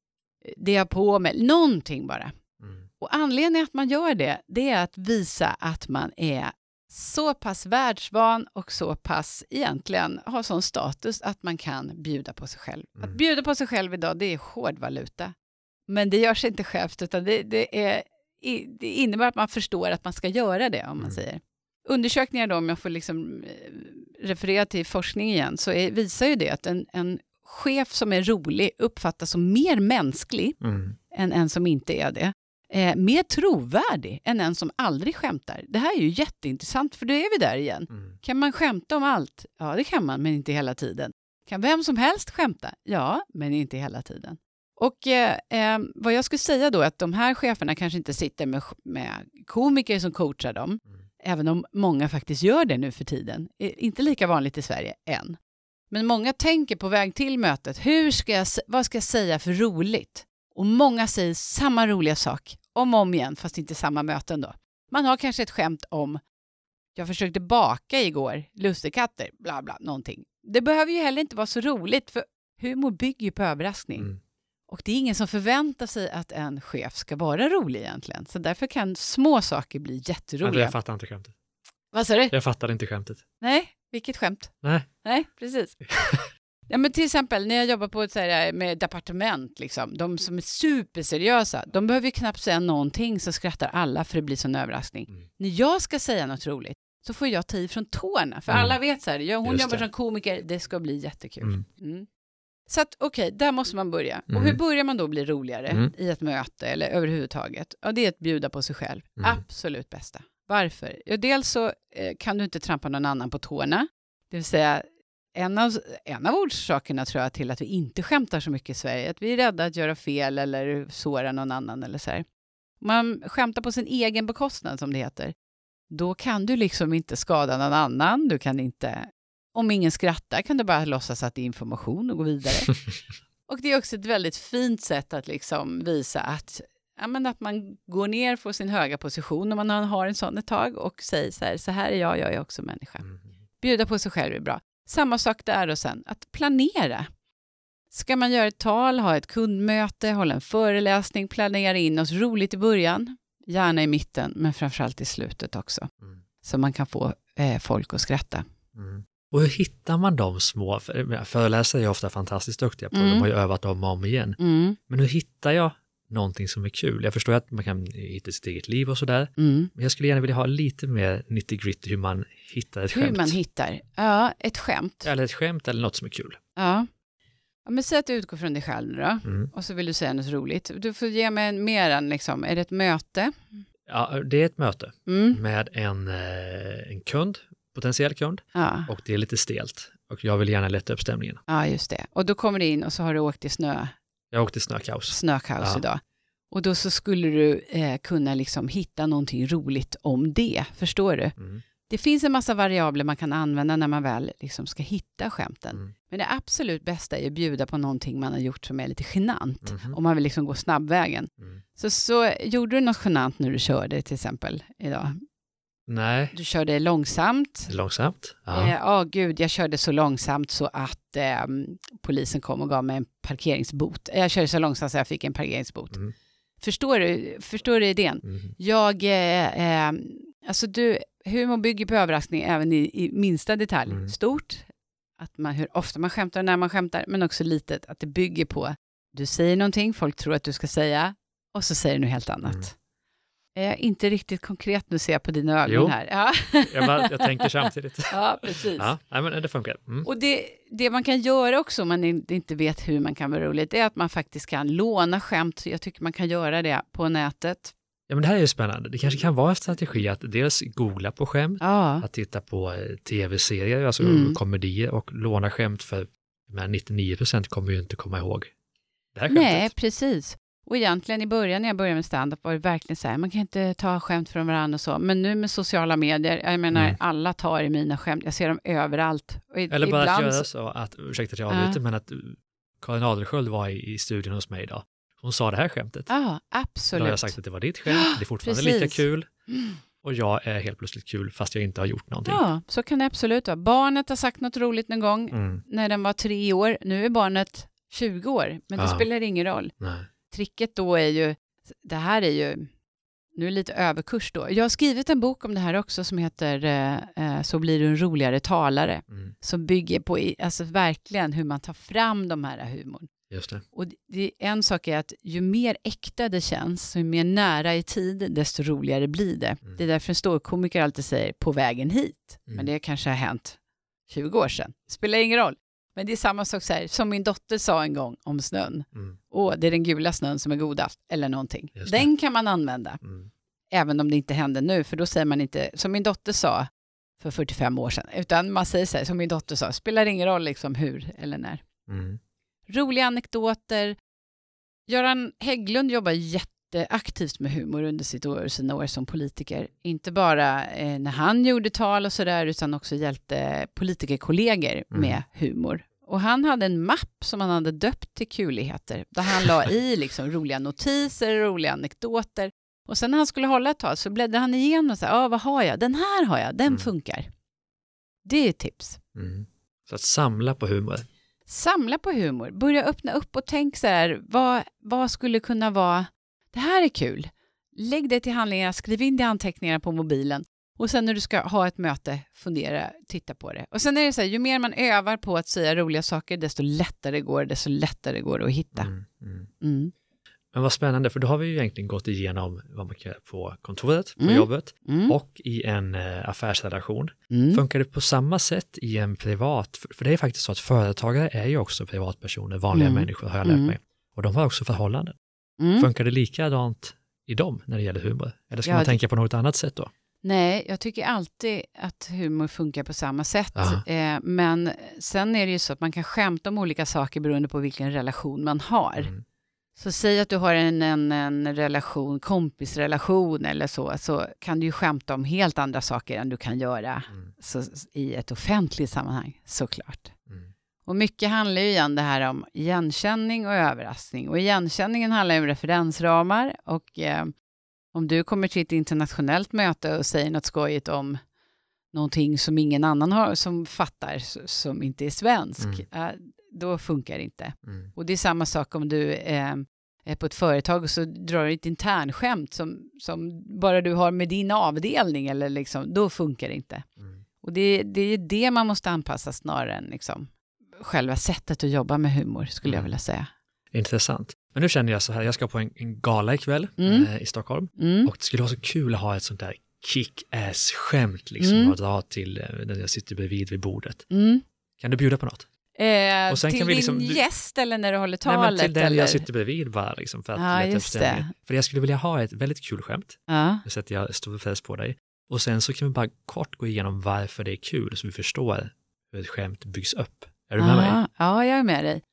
det jag på med, någonting bara. Och anledningen att man gör det, det är att visa att man är så pass världsvan och så pass egentligen har sån status att man kan bjuda på sig själv. Mm. Att bjuda på sig själv idag, det är hårdvaluta. Men det gör sig inte självt, utan det, det, är, det innebär att man förstår att man ska göra det, om man mm. säger. Undersökningar då, om jag får liksom referera till forskning igen, så är, visar ju det att en, en chef som är rolig uppfattas som mer mänsklig mm. än en som inte är det. Eh, mer trovärdig än en som aldrig skämtar. Det här är ju jätteintressant, för då är vi där igen. Mm. Kan man skämta om allt? Ja, det kan man, men inte hela tiden. Kan vem som helst skämta? Ja, men inte hela tiden. Och eh, eh, vad jag skulle säga då är att de här cheferna kanske inte sitter med, med komiker som coachar dem. Mm. Även om många faktiskt gör det nu för tiden. Eh, inte lika vanligt i Sverige än. Men många tänker på väg till mötet. Hur ska jag, vad ska jag säga för roligt? Och många säger samma roliga sak om och om igen, fast inte samma möten då. Man har kanske ett skämt om, jag försökte baka igår, lussekatter, bla bla, någonting. Det behöver ju heller inte vara så roligt, för humor bygger ju på överraskning. Mm. Och det är ingen som förväntar sig att en chef ska vara rolig egentligen. Så därför kan små saker bli jätteroliga. Jag fattar inte skämtet. Vad sa du? Jag fattar inte skämtet. Nej, vilket skämt? Nej. Nej, precis. Ja, men till exempel när jag jobbar på ett så här med departement, liksom, de som är superseriösa, de behöver ju knappt säga någonting, så skrattar alla för det blir sån överraskning. Mm. När jag ska säga något roligt så får jag ta i från tårna, för mm. alla vet så här, jag, hon Just jobbar det. som komiker, det ska bli jättekul. Mm. Mm. Så att okej, okay, där måste man börja. Mm. Och hur börjar man då bli roligare mm. i ett möte eller överhuvudtaget? Ja, det är att bjuda på sig själv. Mm. Absolut bästa. Varför? Ja, dels så eh, kan du inte trampa någon annan på tårna, det vill säga En av, en av orsakerna tror jag till att vi inte skämtar så mycket i Sverige, att vi är rädda att göra fel eller såra någon annan eller så här. Man skämtar på sin egen bekostnad, som det heter. Då kan du liksom inte skada någon annan. Du kan inte, om ingen skrattar kan du bara låtsas att det är information och gå vidare. Och det är också ett väldigt fint sätt att liksom visa att, ja, men att man går ner för sin höga position när man har en sån ett tag och säger så här, så här är jag, jag är också människa. Bjuda på sig själv är bra. Samma sak där och sen, att planera. Ska man göra ett tal, ha ett kundmöte, hålla en föreläsning, planera in oss roligt i början, gärna i mitten, men framförallt i slutet också. Mm. Så man kan få eh, folk att skratta. Mm. Och hur hittar man de små, föreläsare är ofta fantastiskt duktiga på, mm. de har ju övat om och om igen. Mm. Men hur hittar jag någonting som är kul? Jag förstår att man kan hitta sitt eget liv och sådär. Mm. Men jag skulle gärna vilja ha lite mer nitty-gritty hur man hittar ett hur skämt. Hur man hittar, ja, ett skämt. Eller ett skämt eller något som är kul. Ja. Ja, men säg att du utgår från dig själv nu då. Mm. Och så vill du säga något roligt. Du får ge mig mer än liksom, är det ett möte? Ja, det är ett möte mm. med en, en kund, potentiell kund. Ja. Och det är lite stelt. Och jag vill gärna lätta upp stämningen. Ja, just det. Och då kommer du in och så har du åkt i snö. Jag åkte i snökaos. Snökaos ja. idag. Och då så skulle du eh, kunna liksom hitta någonting roligt om det. Förstår du? Mm. Det finns en massa variabler man kan använda när man väl liksom ska hitta skämten. Mm. Men det absolut bästa är att bjuda på någonting man har gjort som är lite genant. Mm. Om man vill liksom gå snabbvägen. Mm. Så, så gjorde du något genant när du körde till exempel idag? Nej. Du körde långsamt. Långsamt? Ja. Eh, oh, gud, jag körde så långsamt så att eh, polisen kom och gav mig en parkeringsbot. Jag körde så långsamt så jag fick en parkeringsbot. Mm. Förstår du, förstår du idén? Mm. Jag, eh, eh, alltså du, humor bygger på överraskning även i, i minsta detalj. Mm. Stort, att man, hur ofta man skämtar och när man skämtar, men också litet, att det bygger på, du säger någonting, folk tror att du ska säga, och så säger du något helt annat. Mm. Eh, inte riktigt konkret nu ser jag på dina ögon jo. här. Ja. jag, bara, jag tänker samtidigt. Ja, precis. Ja, men det funkar. Mm. Och det, det man kan göra också om man inte vet hur man kan vara roligt, är att man faktiskt kan låna skämt. Jag tycker man kan göra det på nätet. Ja, men det här är ju spännande. Det kanske kan vara en strategi att dels googla på skämt, ja. att titta på tv-serier, alltså mm. komedier och låna skämt, för men nittionio procent kommer ju inte komma ihåg det här skämtet. Nej, precis. Och egentligen i början när jag började med stand-up var det verkligen så här, man kan inte ta skämt från varandra och så. Men nu med sociala medier, jag menar mm. alla tar i mina skämt, jag ser dem överallt. Och i, Eller bara ibland att göra så att, ursäkta att jag avbryter, uh. men att Karin Adelsköld var i, i studion hos mig idag. Hon sa det här skämtet. Ja, absolut. Då har jag sagt att det var ditt skämt, det är fortfarande Precis. lika kul. Mm. Och jag är helt plötsligt kul fast jag inte har gjort någonting. Ja, så kan det absolut vara. Barnet har sagt något roligt någon gång mm. när den var tre år. Nu är barnet tjugo år, men det ja. spelar ingen roll. Nej. Tricket då är ju, det här är ju, nu är det lite överkurs då. Jag har skrivit en bok om det här också som heter eh, Så blir du en roligare talare. Mm. Som bygger på, alltså verkligen hur man tar fram de här humorn. Just det. Och det, en sak är att ju mer äkta det känns, ju mer nära i tid, desto roligare blir det. Mm. Det är därför en ståuppkomiker alltid säger på vägen hit. Mm. Men det kanske har hänt tjugo år sedan. Det spelar ingen roll. Men det är samma sak så här, som min dotter sa en gång om snön. Mm. Åh, det är den gula snön som är godast. Eller någonting. Den kan man använda. Mm. Även om det inte händer nu. För då säger man inte, som min dotter sa för fyrtiofem år sedan. Utan man säger så här, som min dotter sa, spelar ingen roll liksom hur eller när. Mm. Roliga anekdoter. Göran Hägglund jobbar jätteaktivt med humor under sitt år, sina år som politiker. Inte bara eh, när han gjorde tal och sådär, utan också hjälpte politikerkollegor mm. med humor. Och han hade en mapp som han hade döpt till kuligheter. Där han la i liksom roliga notiser, roliga anekdoter. Och sen när han skulle hålla ett tal så bläddrade han igenom och sa, ja, vad har jag? Den här har jag, den mm. funkar. Det är ett tips. Mm. Så att samla på humor. Samla på humor. Börja öppna upp och tänk så här, vad, vad skulle kunna vara, det här är kul. Lägg det till handlingarna, skriv in de anteckningarna på mobilen. Och sen när du ska ha ett möte, fundera, titta på det. Och sen är det så här, ju mer man övar på att säga roliga saker, desto lättare går det, desto lättare går det att hitta. Mm, mm. Mm. Men vad spännande, för då har vi ju egentligen gått igenom vad man kan göra på kontoret, på mm. jobbet mm. och i en eh, affärsrelation. Mm. Funkar det på samma sätt i en privat, för, för det är faktiskt så att företagare är ju också privatpersoner, vanliga mm. människor har jag lärt mm. mig. Och de har också förhållanden. Mm. Funkar det likadant i dem när det gäller humor? Eller ska ja, man det... tänka på något annat sätt då? Nej, jag tycker alltid att humor funkar på samma sätt. Eh, men sen är det ju så att man kan skämta om olika saker beroende på vilken relation man har. Mm. Så säg att du har en, en, en relation, kompisrelation eller så, så kan du ju skämta om helt andra saker än du kan göra mm. så, i ett offentligt sammanhang, såklart. Mm. Och mycket handlar ju igen det här om igenkänning och överraskning. Och igenkänningen handlar ju om referensramar och eh, om du kommer till ett internationellt möte och säger något skojigt om någonting som ingen annan har, som fattar, som inte är svensk, mm. äh, då funkar det inte. Mm. Och det är samma sak om du eh, är på ett företag och så drar du ett internskämt som, som bara du har med din avdelning, eller liksom, då funkar det inte. Mm. Och det, det är det man måste anpassa snarare än liksom, själva sättet att jobba med humor, skulle mm. jag vilja säga. Intressant. Men nu känner jag så här, jag ska på en, en gala ikväll mm. eh, i Stockholm. Mm. Och det skulle vara så kul att ha ett sånt där kick-ass-skämt liksom, mm. och dra till eh, när jag sitter bredvid vid bordet. Mm. Kan du bjuda på något? Eh, och sen till kan vi din liksom, gäst eller när du håller talet? Nej, men till den eller? jag sitter bredvid bara liksom, för att ja, lätta just stämningen. För jag skulle vilja ha ett väldigt kul skämt. Ja. Så att jag står press på dig. Och sen så kan vi bara kort gå igenom varför det är kul så vi förstår hur ett skämt byggs upp. Är du med ja. mig? Ja, jag är med dig.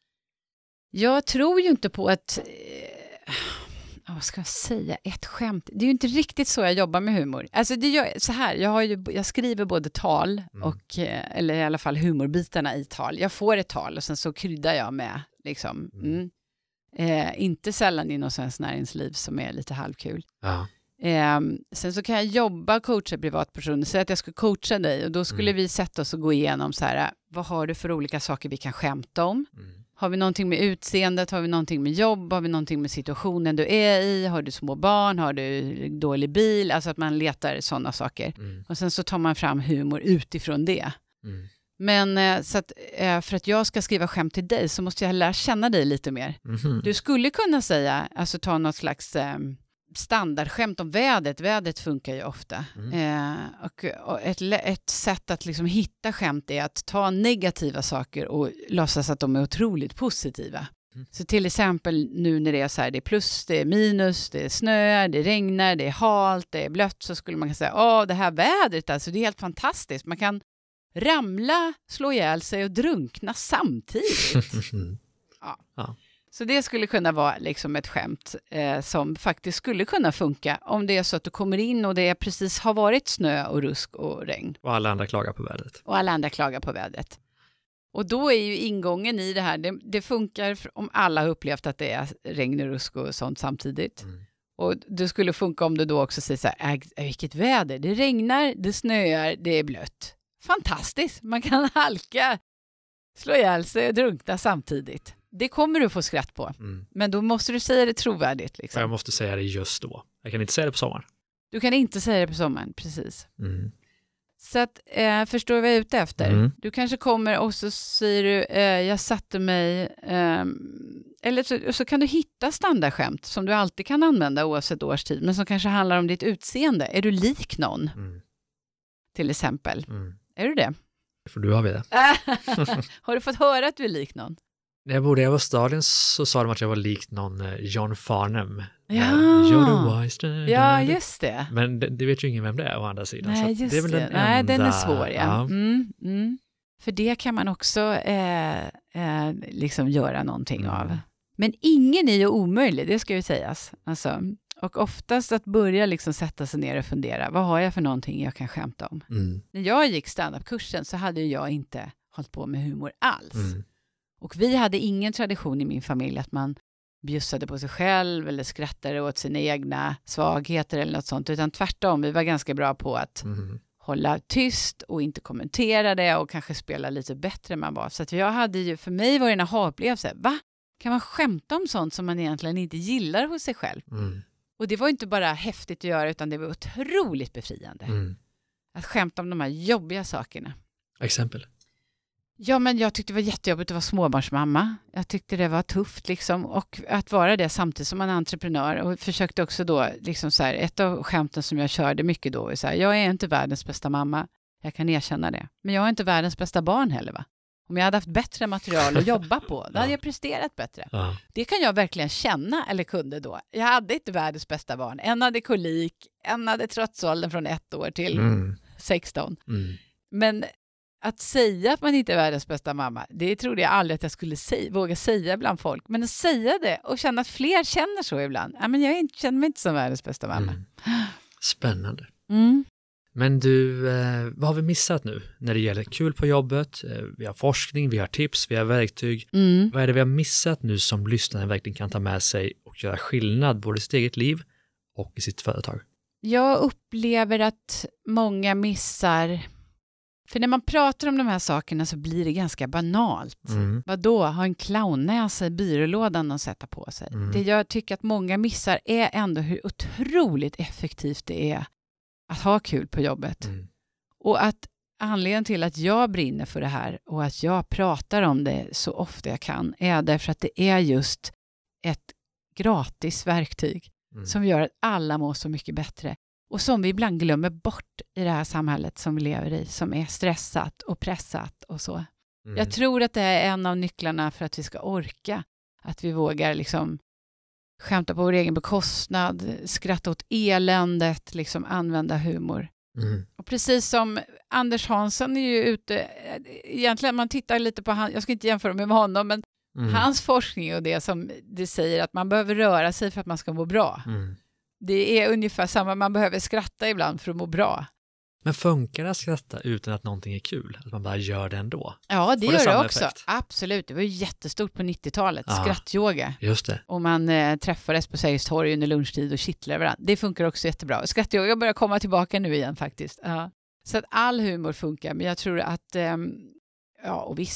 Jag tror ju inte på att, eh, vad ska jag säga, ett skämt. Det är ju inte riktigt så jag jobbar med humor. Alltså det gör, så här, jag, har ju, jag skriver både tal mm. och, eh, eller i alla fall humorbitarna i tal. Jag får ett tal och sen så kryddar jag med, liksom. Mm. Eh, inte sällan inom Svenskt Näringsliv som är lite halvkul. Ja. Eh, sen så kan jag jobba och coacha privatpersoner. Säg att jag ska coacha dig och då skulle mm. vi sätta oss och gå igenom så här, vad har du för olika saker vi kan skämta om? Mm. Har vi någonting med utseendet? Har vi någonting med jobb? Har vi någonting med situationen du är i? Har du små barn? Har du dålig bil? Alltså att man letar sådana saker. Mm. Och sen så tar man fram humor utifrån det. Mm. Men så att, för att jag ska skriva skämt till dig så måste jag lära känna dig lite mer. Mm. Du skulle kunna säga, alltså ta något slags eh, standardskämt om vädret. Vädret funkar ju ofta. Mm. Eh, och, och ett, ett sätt att liksom hitta skämt är att ta negativa saker och låtsas att de är otroligt positiva. Mm. Så till exempel nu när det är så här, det är plus, det är minus, det är snö, det regnar, det är halt, det är blött, så skulle man kunna säga, åh det här vädret alltså, det är helt fantastiskt. Man kan ramla, slå ihjäl sig och drunkna samtidigt. Ja. Ja. Så det skulle kunna vara liksom ett skämt eh, som faktiskt skulle kunna funka om det är så att du kommer in och det precis har varit snö och rusk och regn. Och alla andra klagar på vädret. Och alla andra klagar på vädret. Och då är ju ingången i det här, det, det funkar om alla har upplevt att det är regn och rusk och sånt samtidigt. Mm. Och det skulle funka om du då också säger så här, äh, vilket väder, det regnar, det snöar, det är blött. Fantastiskt, man kan halka, slå ihjäl sig och drunkna samtidigt. Det kommer du få skratt på. Mm. Men då måste du säga det trovärdigt. Liksom. Jag måste säga det just då. Jag kan inte säga det på sommaren. Du kan inte säga det på sommaren, precis. Mm. Så att, eh, förstår du vad jag är ute efter? Mm. Du kanske kommer och så säger du, eh, jag satte mig... Eh, eller så, så kan du hitta standardskämt som du alltid kan använda oavsett årstid. Men som kanske handlar om ditt utseende. Är du lik någon? Mm. Till exempel. Mm. Är du det? För du har vi det. Har du fått höra att du är lik någon? När jag bodde i Australien så sa de att jag var lik någon John Farnham. Ja, You're the wise, ja just det. Men det, det vet ju ingen vem det är å andra sidan. Nej, så just det är väl det. den Nej, enda... den är svår, ja. ja. Mm, mm. För det kan man också eh, eh, liksom göra någonting mm. av. Men ingen är ju omöjlig, det ska ju sägas. Alltså, och oftast att börja liksom sätta sig ner och fundera, vad har jag för någonting jag kan skämta om? Mm. När jag gick stand-up-kursen så hade jag inte hållit på med humor alls. Mm. Och vi hade ingen tradition i min familj att man bjussade på sig själv eller skrattade åt sina egna svagheter eller något sånt. Utan tvärtom, vi var ganska bra på att mm. hålla tyst och inte kommentera det och kanske spela lite bättre än man var. Så att jag hade ju, för mig var det en aha-upplevelse. Va? Kan man skämta om sånt som man egentligen inte gillar hos sig själv? Mm. Och det var inte bara häftigt att göra utan det var otroligt befriande. Mm. Att skämta om de här jobbiga sakerna. Exempel? Ja, men jag tyckte det var jättejobbigt att vara småbarnsmamma. Jag tyckte det var tufft liksom. Och att vara det samtidigt som man är entreprenör. Och försökte också då, liksom så här, ett av skämten som jag körde mycket då är så här, jag är inte världens bästa mamma. Jag kan erkänna det. Men jag är inte världens bästa barn heller, va? Om jag hade haft bättre material att jobba på, då hade jag presterat bättre. Ja. Det kan jag verkligen känna, eller kunde då. Jag hade inte världens bästa barn. En hade kolik, en hade trotsåldern från ett år till mm. sexton. Mm. Men att säga att man inte är världens bästa mamma, det trodde jag aldrig att jag skulle säga, våga säga bland folk. Men att säga det och känna att fler känner så ibland. Ja, men jag känner mig inte som världens bästa mamma. Mm. Spännande. Mm. Men du, eh, vad har vi missat nu när det gäller kul på jobbet? Eh, vi har forskning, vi har tips, vi har verktyg. Mm. Vad är det vi har missat nu som lyssnaren verkligen kan ta med sig och göra skillnad både i sitt eget liv och i sitt företag? Jag upplever att många missar... För när man pratar om de här sakerna så blir det ganska banalt. Mm. Vadå? Ha en clownnäsa i byrålådan och sätta på sig. Mm. Det jag tycker att många missar är ändå hur otroligt effektivt det är att ha kul på jobbet. Mm. Och att anledningen till att jag brinner för det här och att jag pratar om det så ofta jag kan är därför att det är just ett gratis verktyg mm. som gör att alla mår så mycket bättre. Och som vi ibland glömmer bort i det här samhället som vi lever i, som är stressat och pressat och så. Mm. Jag tror att det är en av nycklarna för att vi ska orka. Att vi vågar liksom skämta på vår egen bekostnad, skratta åt eländet, liksom använda humor. Mm. Och precis som Anders Hansson är ju ute, egentligen man tittar lite på han, jag ska inte jämföra med honom, men mm. hans forskning och det som det säger att man behöver röra sig för att man ska må bra. Mm. Det är ungefär samma, man behöver skratta ibland för att må bra. Men funkar det att skratta utan att någonting är kul? Att man bara gör det ändå? Ja, det Får gör det, det också. Effekt? Absolut, det var ju jättestort på nittiotalet. Ja, skrattyoga. Just det. Och man eh, träffades på Sergels torg under lunchtid och kittlar varandra. Det funkar också jättebra. Skrattyoga börjar komma tillbaka nu igen faktiskt. Ja. Så att all humor funkar, men jag tror att, eh, ja och visst,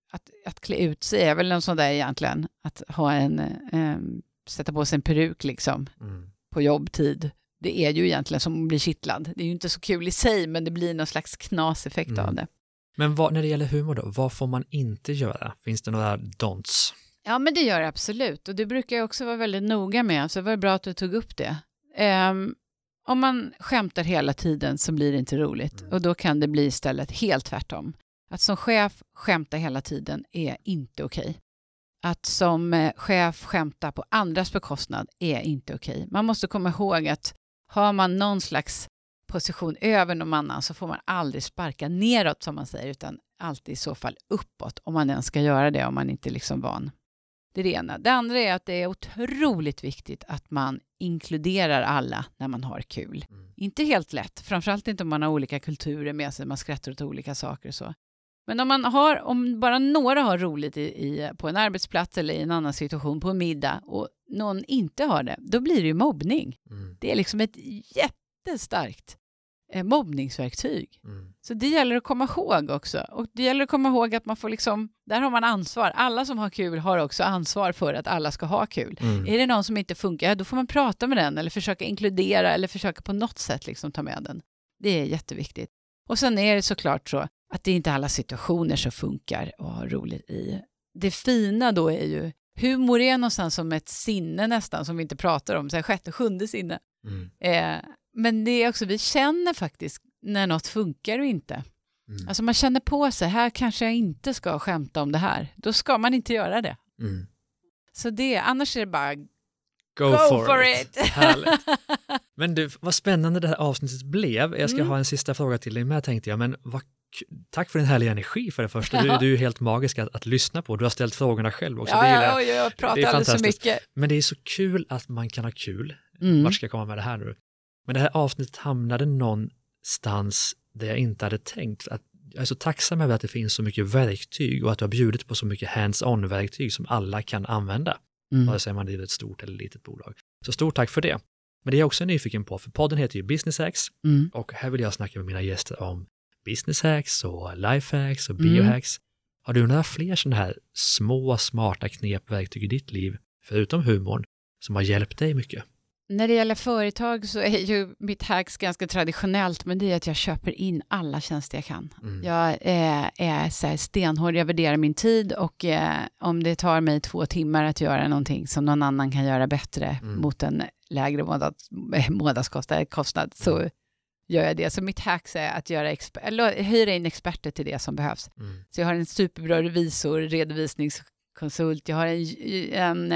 att, att klä ut sig är väl någon sån där egentligen. Att ha en, eh, sätta på sig en peruk liksom Mm. på jobbtid. Det är ju egentligen som att bli kittlad. Det är ju inte så kul i sig, men det blir någon slags knaseffekt Mm. av det. Men vad, när det gäller humor då, vad får man inte göra? Finns det några don'ts? Ja, men det gör det absolut. Och det brukar jag också vara väldigt noga med. Så det var bra att du tog upp det. Um, om man skämtar hela tiden så blir det inte roligt. Mm. Och då kan det bli istället helt tvärtom. Att som chef skämta hela tiden är inte okej. Att som eh, chef skämta på andras bekostnad är inte okej. Man måste komma ihåg att har man någon slags position över någon annan så får man aldrig sparka neråt som man säger, utan alltid i så fall uppåt om man ens ska göra det, om man inte är liksom van. Det är det ena. Det andra är att det är otroligt viktigt att man inkluderar alla när man har kul. Mm. Inte helt lätt, framförallt inte om man har olika kulturer med sig, man skrattar åt olika saker och så. Men om man har, om bara några har roligt i, i, på en arbetsplats eller i en annan situation på en middag och någon inte har det, då blir det ju mobbning. Mm. Det är liksom ett jättestarkt eh, mobbningsverktyg. Mm. Så det gäller att komma ihåg också. Och det gäller att komma ihåg att man får liksom, där har man ansvar. Alla som har kul har också ansvar för att alla ska ha kul. Mm. Är det någon som inte funkar, då får man prata med den eller försöka inkludera eller försöka på något sätt liksom ta med den. Det är jätteviktigt. Och sen är det såklart så att det är inte alla situationer som funkar och har roligt i. Det fina då är ju, humor är någonstans som ett sinne nästan som vi inte pratar om, så här sjätte, sjunde sinne. Mm. Eh, men det är också, vi känner faktiskt när något funkar och inte. Mm. Alltså man känner på sig, här kanske jag inte ska skämta om det här. Då ska man inte göra det. Mm. Så det, annars är det bara Go, go for, for it. it. Härligt. Men du, vad spännande det här avsnittet blev. Jag ska Mm. ha en sista fråga till dig med, tänkte jag. Men vad, tack för din härliga energi för det första. Du, Ja. du är ju helt magisk att, att lyssna på. Du har ställt frågorna själv också. Ja, det gillar ja, jag. jag, jag pratar Det är alldeles för fantastiskt. mycket. Men det är så kul att man kan ha kul. Mm. Vart ska jag komma med det här nu? Men det här avsnittet hamnade någonstans där jag inte hade tänkt. Att jag är så tacksam över att det finns så mycket verktyg och att du har bjudit på så mycket hands-on-verktyg som alla kan använda. Mm. Vare sig man driver ett stort eller litet bolag. Så stort tack för det. Men det är jag också nyfiken på, för podden heter ju Business Hacks Mm. och här vill jag snacka med mina gäster om business hacks och life hacks och Mm. biohacks. Har du några fler sådana här små, smarta knep, verktyg i ditt liv, förutom humorn, som har hjälpt dig mycket? När det gäller företag så är ju mitt hacks ganska traditionellt, men det är att jag köper in alla tjänster jag kan. Mm. Jag är, är så här stenhård, jag värderar min tid och eh, om det tar mig två timmar att göra någonting som någon annan kan göra bättre Mm. mot en lägre månads, månadskostnad kostnad, så gör jag det. Så mitt hacks är att göra exper- eller hyra in experter till det som behövs. Mm. Så jag har en superbra revisor, redovisningskonsult, jag har en, en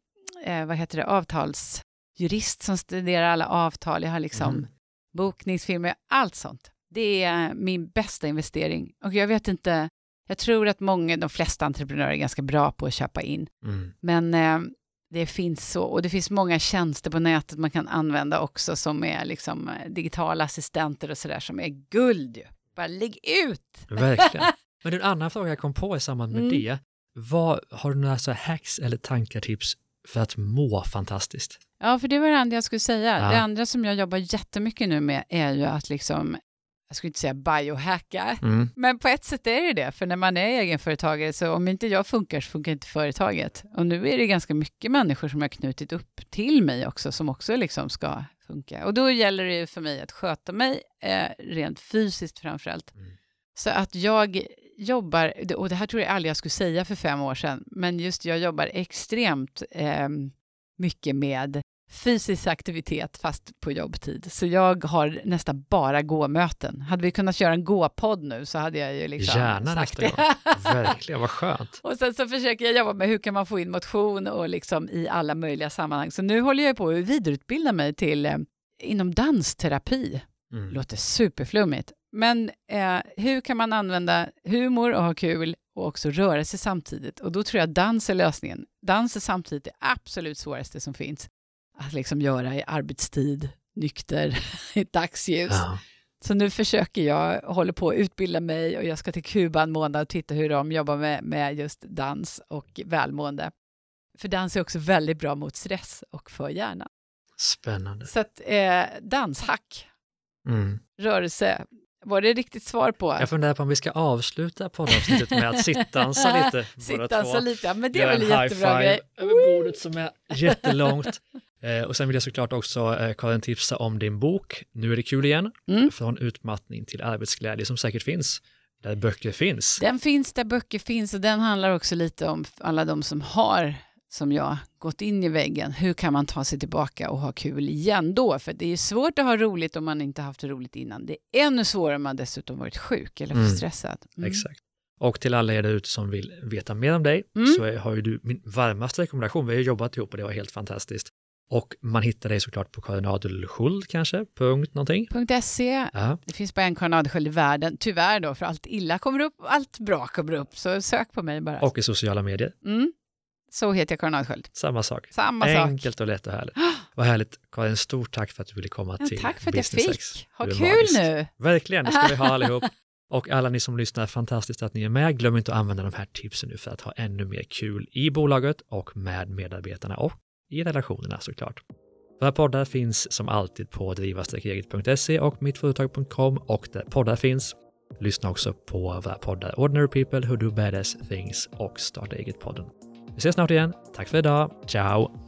eh, vad heter det, avtalsjurist som studerar alla avtal, jag har liksom Mm. bokningsfirmor, allt sånt. Det är min bästa investering. Och jag vet inte, jag tror att många, de flesta entreprenörer är ganska bra på att köpa in. Mm. Men eh, det finns så, och det finns många tjänster på nätet man kan använda också som är liksom eh, digitala assistenter och sådär som är guld ju. Bara lägg ut! Verkligen. Men en annan fråga jag kom på i samband med Mm. det, vad, har du några så här hacks eller tankartips för att må fantastiskt? Ja, för det var det andra jag skulle säga. Ja. Det andra som jag jobbar jättemycket nu med är ju att liksom, jag skulle inte säga biohacka, Mm. men på ett sätt är det det. För när man är egenföretagare så om inte jag funkar så funkar inte företaget. Och nu är det ganska mycket människor som har knutit upp till mig också som också liksom ska funka. Och då gäller det ju för mig att sköta mig eh, rent fysiskt framförallt. Mm. Så att jag jobbar, och det här tror jag aldrig jag skulle säga för fem år sedan, men just jag jobbar extremt eh, mycket med fysisk aktivitet fast på jobbtid. Så jag har nästan bara gåmöten. Hade vi kunnat köra en gåpodd nu så hade jag ju liksom Gärna sagt nästa det. gång. Verkligen, vad skönt. Och sen så försöker jag jobba med hur kan man få in motion och liksom i alla möjliga sammanhang. Så nu håller jag på att vidareutbilda mig till eh, inom dansterapi. Mm. Låter superflummigt. Men eh, hur kan man använda humor och ha kul och också röra sig samtidigt? Och då tror jag dans är lösningen. Dans är samtidigt det absolut svåraste som finns att liksom göra i arbetstid, nykter, i dagsljus. Ja. Så nu försöker jag, håller på att utbilda mig och jag ska till Kuba en månad och titta hur de jobbar med, med just dans och välmående. För dans är också väldigt bra mot stress och för hjärnan. Spännande. Så att eh, danshack, Mm. rörelse, Var det riktigt svar på? Jag funderar på om vi ska avsluta poddavsnittet med att sittansa lite. Sittansa lite, ja, men det är väl en jättebra jättebra grej. Över bordet som är jättelångt. eh, och sen vill jag såklart också, eh, Karin, tipsa om din bok Nu är det kul igen. Mm. Från utmattning till arbetsglädje, som säkert finns där böcker finns. Den finns där böcker finns, och den handlar också lite om alla de som har, som jag, gått in i väggen. Hur kan man ta sig tillbaka och ha kul igen då? För det är svårt att ha roligt om man inte haft det roligt innan. Det är ännu svårare om man dessutom varit sjuk eller för Mm. stressad. Mm. Exakt. Och till alla er där ute som vill veta mer om dig, Mm. så är, har ju du min varmaste rekommendation. Vi har ju jobbat ihop och det var helt fantastiskt. Och man hittar dig såklart på Karin Adelsköld kanske, punkt någonting. .se. Ja. Det finns bara en Karin Adelsköld i världen. Tyvärr då, för allt illa kommer upp, allt bra kommer upp. Så sök på mig bara. Och i sociala medier. Mm. Så heter jag Karin Adelsköld. Samma sak. Samma sak. Enkelt och lätt och härligt. Vad härligt. Karin, stort tack för att du ville komma Ja, till tack för att jag Business fick. X. Ha Du är kul magisk. nu. Verkligen, det ska vi ha allihop. Och alla ni som lyssnar, fantastiskt att ni är med. Glöm inte att använda de här tipsen nu för att ha ännu mer kul i bolaget och med medarbetarna och i relationerna såklart. Våra poddar finns som alltid på driva eget punkt se och mittföretag punkt com, och där poddar finns. Lyssna också på våra poddar Ordinary People Who Do Badass Things och Starta Eget-podden. Vi ses snart igen. Tack för idag. Ciao!